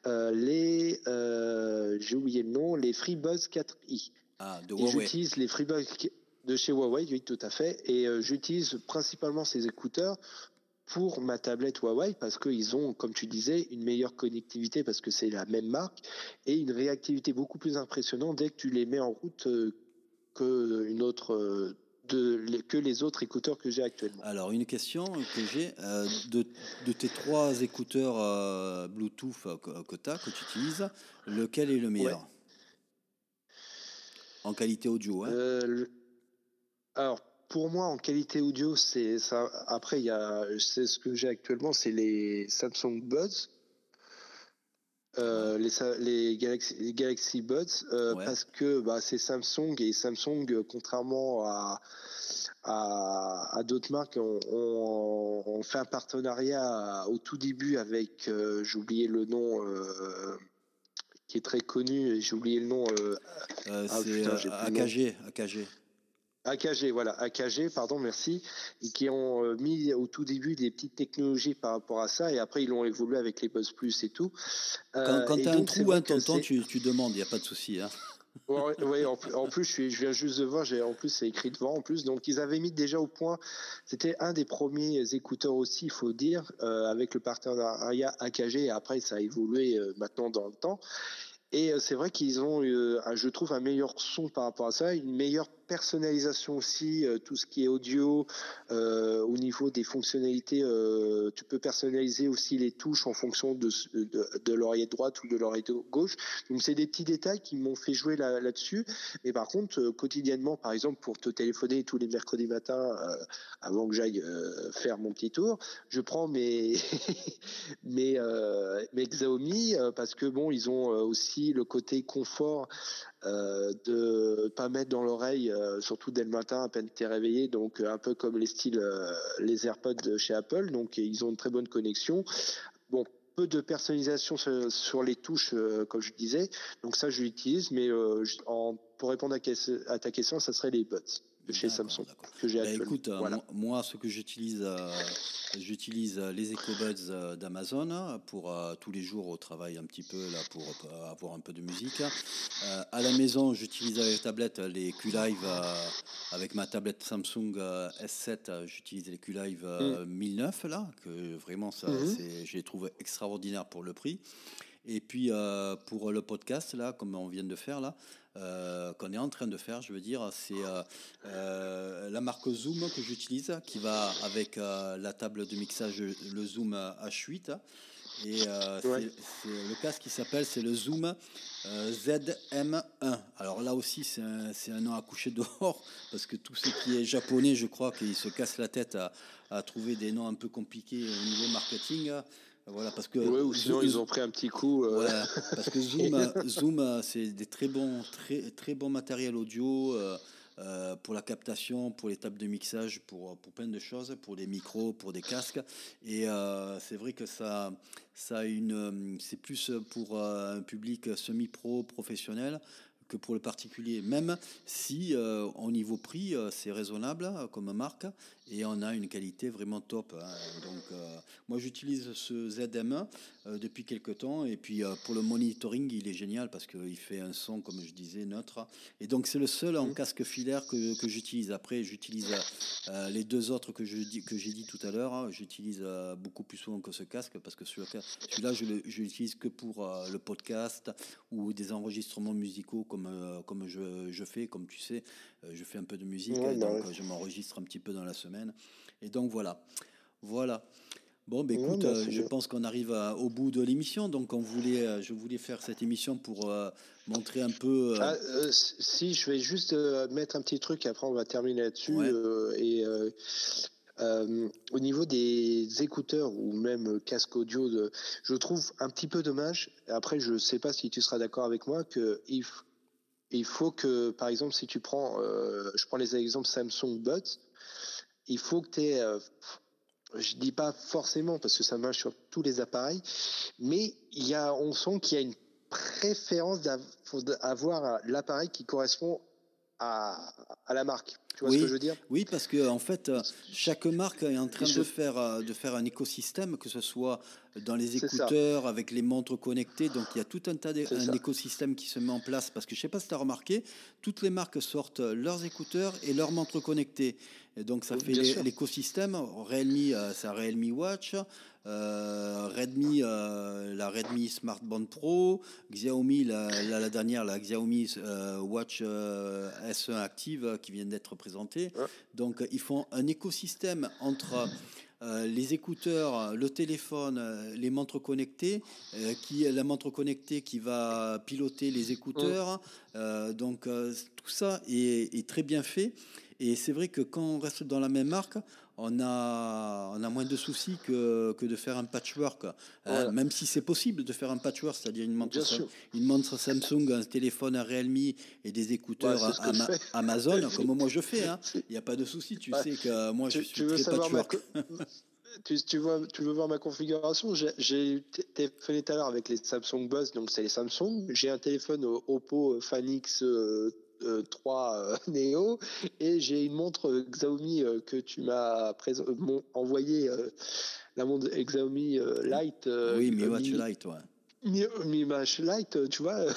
j'ai oublié le nom, les FreeBuds 4i. Ah, de Et Huawei. j'utilise les FreeBuds de chez Huawei, oui, tout à fait. Et j'utilise principalement ces écouteurs pour ma tablette Huawei parce qu'ils ont, comme tu disais, une meilleure connectivité parce que c'est la même marque et une réactivité beaucoup plus impressionnante dès que tu les mets en route que les autres écouteurs que j'ai actuellement. Alors, une question que j'ai, de tes trois écouteurs Bluetooth que tu utilises, lequel est le Ouais. meilleur? En qualité audio, hein? Alors, pour moi, en qualité audio, c'est ça. Après, c'est ce que j'ai actuellement, c'est les Samsung Buds, Ouais, les Galaxy Buds, ouais. parce que c'est Samsung et Samsung, contrairement à d'autres marques, on fait un partenariat au tout début avec, j'ai oublié le nom, qui est très connu, j'ai oublié le nom. Ah C'est putain, j'ai plus le nom. AKG. AKG, voilà, AKG, pardon, merci, et qui ont mis au tout début des petites technologies par rapport à ça, et après ils l'ont évolué avec les Buzz Plus et tout. Quand Et tu as un donc c'est trou, hein, vrai que tonton, c'est, tu demandes, il n'y a pas de souci. Hein. ouais, ouais, en plus je viens juste de voir, en plus c'est écrit devant en plus, donc ils avaient mis déjà au point, c'était un des premiers écouteurs aussi, il faut dire, avec le partenariat AKG, et après ça a évolué maintenant dans le temps. Et c'est vrai qu'ils ont, je trouve, un meilleur son par rapport à ça, une meilleure personnalisation aussi, tout ce qui est audio, au niveau des fonctionnalités, tu peux personnaliser aussi les touches en fonction de l'oreillette droite ou de l'oreillette gauche. Donc c'est des petits détails qui m'ont fait jouer là-dessus. Mais par contre, quotidiennement, par exemple, pour te téléphoner tous les mercredis matins, avant que j'aille faire mon petit tour, je prends mes Xiaomi parce que bon, ils ont aussi le côté confort de pas mettre dans l'oreille, surtout dès le matin à peine t'es réveillé, donc un peu comme les styles les AirPods de chez Apple, donc ils ont une très bonne connexion. Bon, peu de personnalisation sur les touches, comme je disais, donc ça je l'utilise, mais pour répondre à ta question, ça serait les Buds de chez D'accord, Samsung d'accord. que j'ai Ben actuellement. écoute, Voilà. moi, ce que j'utilise, j'utilise les EcoBuds d'Amazon pour tous les jours au travail un petit peu là pour avoir un peu de musique. À la maison, j'utilise avec tablette les QLive avec ma tablette Samsung S7. J'utilise les QLive Mm. 1009 là, que vraiment ça, Mhm. je les trouve extraordinaires pour le prix. Et puis pour le podcast, là, comme on vient de faire, là, qu'on est en train de faire, je veux dire, c'est la marque Zoom que j'utilise, qui va avec la table de mixage, le Zoom H8. Et Ouais. le casque qui s'appelle, c'est le Zoom ZM1. Alors là aussi, c'est un nom à coucher dehors, parce que tout ce qui est japonais, je crois qu'ils se cassent la tête à trouver des noms un peu compliqués au niveau marketing. Voilà, parce que Ouais, ou sinon ils ont pris un petit coup. ouais, parce que Zoom, c'est des très bons matériels audio pour la captation, pour les tables de mixage, pour plein de choses, pour des micros, pour des casques. Et c'est vrai que ça a c'est plus pour un public semi-pro, professionnel que pour le particulier, même si au niveau prix, c'est raisonnable comme marque et on a une qualité vraiment top. Hein. Donc, moi, j'utilise ce ZM1 depuis quelques temps et puis pour le monitoring, il est génial parce qu'il fait un son, comme je disais, neutre. Et donc, c'est le seul en Mm. casque filaire que j'utilise. Après, j'utilise les deux autres que j'ai dit tout à l'heure. Hein. J'utilise beaucoup plus souvent que ce casque parce que celui-là, je l'utilise que pour le podcast ou des enregistrements musicaux comme je fais, comme tu sais, je fais un peu de musique, Ouais, bah donc ouais. je m'enregistre un petit peu dans la semaine. Et donc voilà. Voilà. Bon, ben Ouais, écoute, bah c'est je bien. pense qu'on arrive au bout de l'émission. Donc je voulais faire cette émission pour montrer un peu... Si, je vais juste mettre un petit truc, après on va terminer là-dessus. ouais, Au niveau des écouteurs ou même casque audio, je trouve un petit peu dommage. Après, je sais pas si tu seras d'accord avec moi que il faut que, par exemple, si tu prends, je prends les exemples Samsung Buds, il faut que tu aies, je dis pas forcément parce que ça marche sur tous les appareils, mais on sent qu'il y a une préférence d'avoir l'appareil qui correspond à la marque. Tu vois ce que je oui, veux dire? oui, parce que en fait, chaque marque est en train Je, de faire un écosystème, que ce soit dans les c'est ça, écouteurs, avec les montres connectées. Donc, il y a tout c'est un ça. écosystème qui se met en place. Parce que je sais pas si tu as remarqué, toutes les marques sortent leurs écouteurs et leurs montres connectées. Et donc, ça fait Bien sûr. l'écosystème. Realme, c'est un Realme Watch. Redmi, la Redmi Smart Band Pro, Xiaomi, la dernière, la Xiaomi Watch S1 Active qui vient d'être présentée. Hein. Donc, ils font un écosystème entre les écouteurs, le téléphone, les montres connectées, la montre connectée qui va piloter les Hum. écouteurs. Donc, tout ça est très bien fait. Et c'est vrai que quand on reste dans la même marque, on a moins de soucis que de faire un patchwork. Hein. Voilà. Même si c'est possible de faire un patchwork, c'est-à-dire Bien sûr. une montre Samsung, un téléphone, un Realme et des Bah, écouteurs c'est ce que je fais. Amazon, comme moi je fais. Hein. C'est- Il n'y a pas de souci. Tu ouais. sais que moi je Tu suis veux très savoir patchwork. tu veux voir ma configuration? J'ai téléphoné tout à l'heure avec les Samsung Buzz, donc c'est les Samsung. J'ai un téléphone Oppo Fan X 3 Neo, et j'ai une montre Xiaomi que tu m'as envoyé, la montre Xiaomi Lite, Oui, Mi Watch Lite, ouais. Mi Watch Lite, tu vois,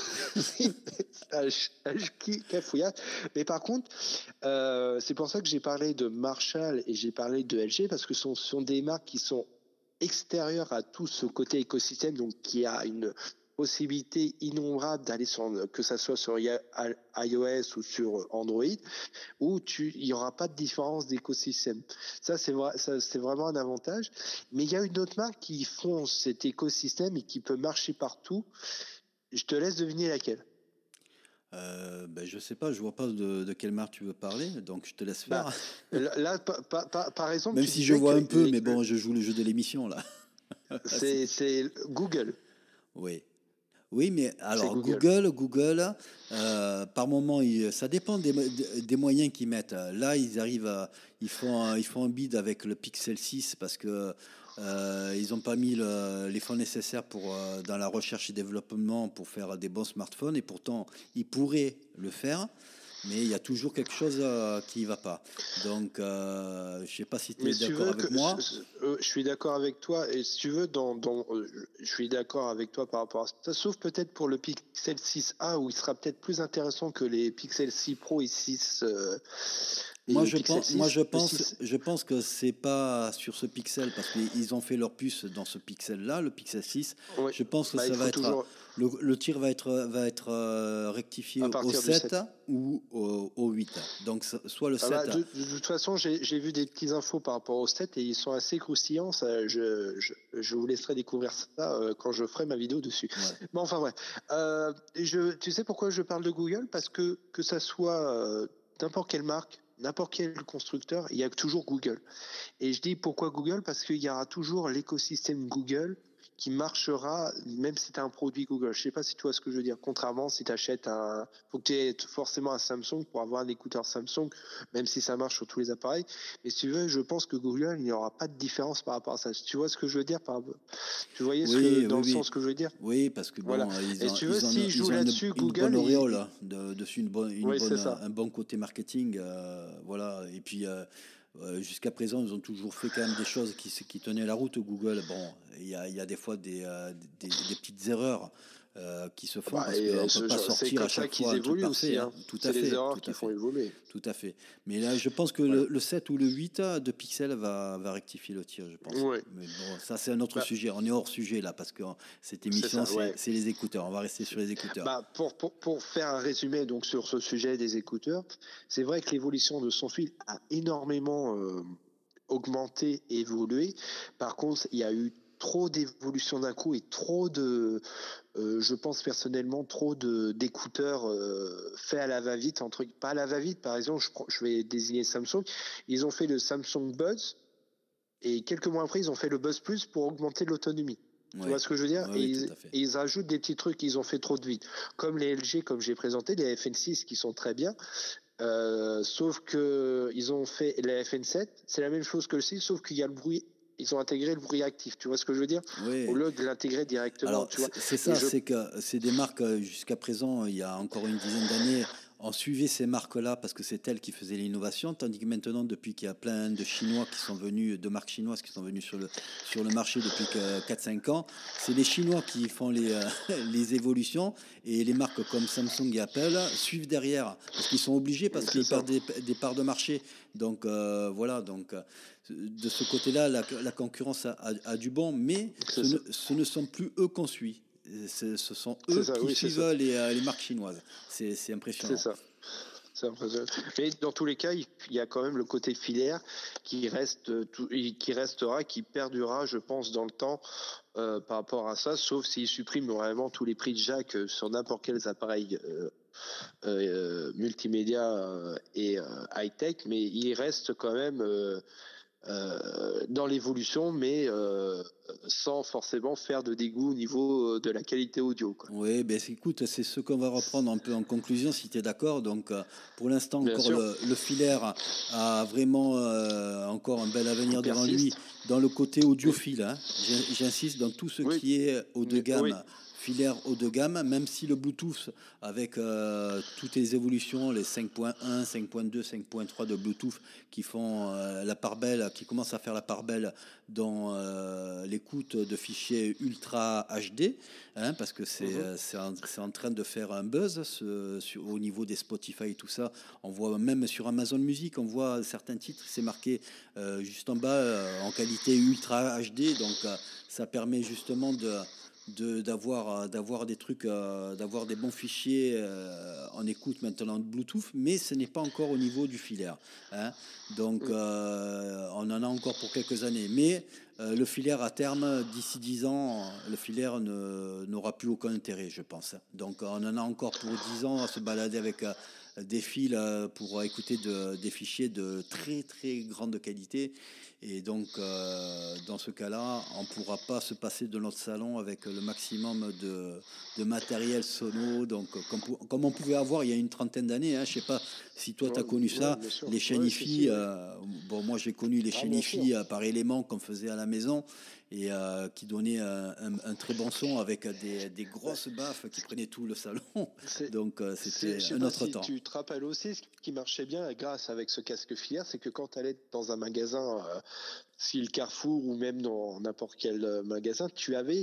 cafouillage. Mais par contre, c'est pour ça que j'ai parlé de Marshall et j'ai parlé de LG, parce que ce sont des marques qui sont extérieures à tout ce côté écosystème, donc qui a une possibilité innombrable d'aller sur, que ça soit sur iOS ou sur Android, où il n'y aura pas de différence d'écosystème. Ça, c'est vrai, ça, c'est vraiment un avantage. Mais il y a une autre marque qui font cet écosystème et qui peut marcher partout. Je te laisse deviner laquelle. Je sais pas, je vois pas de quelle marque tu veux parler, donc je te laisse faire. Là, par exemple, même tu si je disais vois que un peu, mais bon, je joue le jeu de l'émission là. c'est Google. Oui. Oui, mais alors Google. Google, par moment, ça dépend des moyens qu'ils mettent. Là, ils font un bid avec le Pixel 6 parce que ils n'ont pas mis les fonds nécessaires pour dans la recherche et développement pour faire des bons smartphones, et pourtant ils pourraient le faire. Mais il y a toujours quelque chose qui ne va pas. Donc, je ne sais pas si tu es d'accord avec moi. Je suis d'accord avec toi. Et si tu veux, je suis d'accord avec toi par rapport à ça. Sauf peut-être pour le Pixel 6a, où il sera peut-être plus intéressant que les Pixel 6 Pro et 6. Moi, je pense que c'est pas sur ce Pixel, parce qu'ils ont fait leur puce dans ce Pixel-là, le Pixel 6. Oui. Je pense que ça va être toujours... le tir va être rectifié au 7 ou au 8. Donc, soit le 7. De toute façon, j'ai vu des petites infos par rapport au 7 et ils sont assez croustillants. Ça, je vous laisserai découvrir ça quand je ferai ma vidéo dessus. Ouais. Bon, enfin, ouais. Tu sais pourquoi je parle de Google? Parce que ça soit n'importe quelle marque, n'importe quel constructeur, il y a toujours Google. Et je dis pourquoi Google? Parce qu'il y aura toujours l'écosystème Google qui marchera même si tu as un produit Google. Je sais pas si tu vois ce que je veux dire. Contrairement, si tu achètes faut que tu aies forcément un Samsung pour avoir un écouteur Samsung, même si ça marche sur tous les appareils. Mais si tu veux, je pense que Google, il n'y aura pas de différence par rapport à ça. Tu vois ce que je veux dire tu voyais le sens que je veux dire? Oui, parce que bon, voilà. Ils ont là-dessus, Google, une bonne auréole dessus, un bon côté marketing, voilà. Et puis jusqu'à présent, ils ont toujours fait quand même des choses qui tenaient la route. Google, bon, il y a des fois des petites erreurs qui se font, parce qu'on ne peut pas sortir à chaque fois un truc parfait. Hein. Tout à fait. C'est des erreurs qui font évoluer. Tout à fait. Mais là, je pense que le 7 ou le 8 de Pixel va rectifier le tir, je pense. Ouais. Mais bon, ça, c'est un autre sujet. On est hors sujet là, parce que cette émission, c'est les écouteurs. On va rester sur les écouteurs. Pour faire un résumé donc sur ce sujet des écouteurs, c'est vrai que l'évolution de son fil a énormément augmenté, évolué. Par contre, il y a eu trop d'évolution d'un coup et trop de, je pense personnellement, trop d'écouteurs faits à la va-vite, pas à la va-vite. Par exemple, je vais désigner Samsung. Ils ont fait le Samsung Buzz et quelques mois après, ils ont fait le Buzz Plus pour augmenter l'autonomie. Tu vois ce que je veux dire? Et ils rajoutent des petits trucs qu'ils ont fait trop de vite. Comme les LG, comme j'ai présenté, les FN6 qui sont très bien. Sauf que ils ont fait les FN7, c'est la même chose que le 6, sauf qu'il y a le bruit. Ils ont intégré le bruit actif, tu vois ce que je veux dire? Au lieu de l'intégrer directement. Alors, c'est ça, c'est que c'est des marques, jusqu'à présent, il y a encore une dizaine d'années, on suivait ces marques-là parce que c'est elles qui faisaient l'innovation, tandis que maintenant, depuis qu'il y a plein de Chinois qui sont venus, de marques chinoises qui sont venues sur le marché depuis 4-5 ans, c'est les Chinois qui font les évolutions, et les marques comme Samsung et Apple suivent derrière, parce qu'ils sont obligés, parce qu'ils perdent des parts de marché. Donc voilà, donc de ce côté-là, la concurrence a du bon, mais ce ne sont plus eux qu'on suit. Ce sont eux qui suivent les marques chinoises. C'est impressionnant. C'est ça. C'est impressionnant. Mais dans tous les cas, il y a quand même le côté filaire qui restera, qui perdurera, je pense, dans le temps par rapport à ça, sauf s'ils suppriment vraiment tous les prix de jack sur n'importe quels appareils multimédia et high-tech, mais il reste quand même dans l'évolution, mais sans forcément faire de dégoût au niveau de la qualité audio, quoi. Oui, ben écoute, c'est ce qu'on va reprendre un peu en conclusion, si tu es d'accord. Donc, pour l'instant, encore le filaire a vraiment encore un bel avenir devant lui dans le côté audiophile. Hein. J'insiste, dans tout ce qui est haut de gamme. filaire haut de gamme, même si le Bluetooth, avec toutes les évolutions, les 5.1, 5.2, 5.3 de Bluetooth qui font la part belle, qui commencent à faire la part belle dans l'écoute de fichiers ultra HD, hein, parce que c'est en train de faire un buzz au niveau des Spotify et tout ça. On voit même sur Amazon Music, on voit certains titres, c'est marqué juste en bas en qualité ultra HD, donc ça permet justement d'avoir des trucs, d'avoir des bons fichiers en écoute maintenant de Bluetooth, mais ce n'est pas encore au niveau du filaire, hein. Donc on en a encore pour quelques années, mais le filaire à terme, d'ici 10 ans, le filaire n'aura plus aucun intérêt, je pense. Donc on en a encore pour 10 ans à se balader avec des fils pour écouter des fichiers de très très grande qualité. Et donc, dans ce cas-là, on ne pourra pas se passer de notre salon avec le maximum de matériel sono. Donc, comme on pouvait avoir il y a une trentaine d'années, hein, je ne sais pas si toi tu as connu ça, les chaînes hi-fi. Bon, moi j'ai connu les chaînes hi-fi par éléments qu'on faisait à la maison et qui donnaient un très bon son avec des grosses baffes qui prenaient tout le salon. Donc, c'était un autre temps. Tu te rappelles aussi, ce qui marchait bien grâce avec ce casque filaire, c'est que quand tu allais dans un magasin, style Carrefour ou même dans n'importe quel magasin, tu avais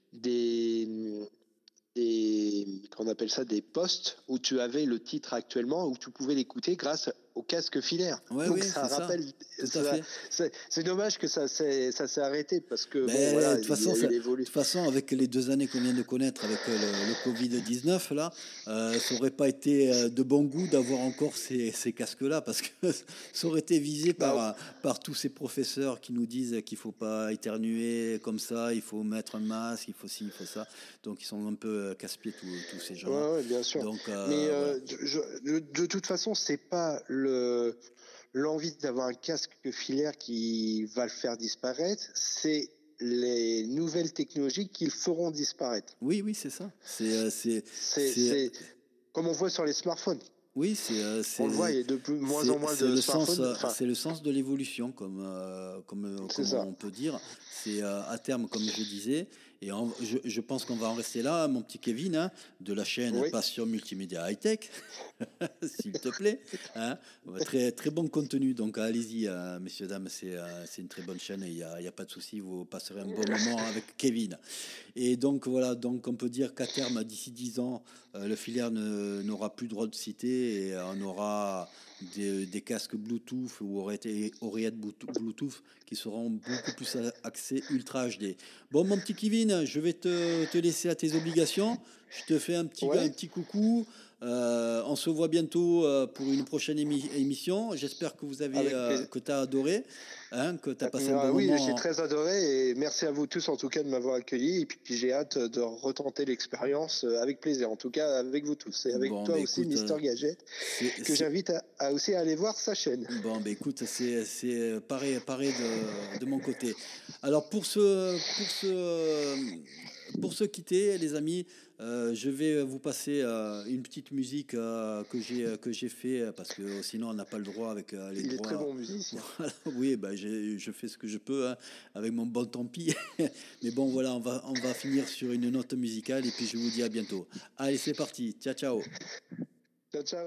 qu'on appelle ça des postes où tu avais le titre actuellement, où tu pouvais l'écouter grâce au casque filaire. Ouais, donc oui, ça rappelle. C'est dommage que ça s'est arrêté parce que de toute façon, avec les 2 années qu'on vient de connaître avec le Covid-19 là, ça aurait pas été de bon goût d'avoir encore ces casques-là, parce que ça aurait été visé par tous ces professeurs qui nous disent qu'il faut pas éternuer comme ça, il faut mettre un masque, il faut ci, il faut ça. Donc ils sont un peu casse-pieds tous ces gens. Ouais, bien sûr. Donc, mais de toute façon, c'est pas l'envie d'avoir un casque filaire qui va le faire disparaître, c'est les nouvelles technologies qui le feront disparaître. Oui, c'est ça. C'est comme on voit sur les smartphones. Oui, on le voit, il y a de moins en moins de smartphones. C'est le sens de l'évolution, comme on peut dire. C'est à terme, comme je disais, et je pense qu'on va en rester là, mon petit Kevin, hein, de la chaîne Passion Multimédia High Tech, s'il te plaît. Hein, très, très bon contenu, donc allez-y, messieurs, dames, c'est une très bonne chaîne, et il n'y a pas de souci, vous passerez un bon moment avec Kevin. Et donc voilà, donc on peut dire qu'à terme, d'ici 10 ans, le filaire n'aura plus droit de citer, et on aura des casques Bluetooth ou oreillettes Bluetooth qui seront beaucoup plus axés Ultra HD. Bon, mon petit Kevin, je vais te laisser à tes obligations. Je te fais un petit coucou. On se voit bientôt pour une prochaine émission. J'espère que que tu as adoré, hein, que tu as passé un bon moment. Oui, j'ai très adoré, et merci à vous tous en tout cas de m'avoir accueilli, et puis j'ai hâte de retenter l'expérience avec plaisir, en tout cas avec vous tous, et avec toi aussi, Mister Gadget, que j'invite à aussi aller voir sa chaîne. Bon, écoute, c'est pareil de mon côté. Alors pour se quitter, les amis, je vais vous passer une petite musique que j'ai fait, parce que sinon on n'a pas le droit avec les droits. Il est très bon musicien. Voilà, oui, je fais ce que je peux, hein, avec mon bon tant pis. Mais bon, voilà, on va finir sur une note musicale, et puis je vous dis à bientôt. Allez, c'est parti. Ciao, ciao. Ciao, ciao.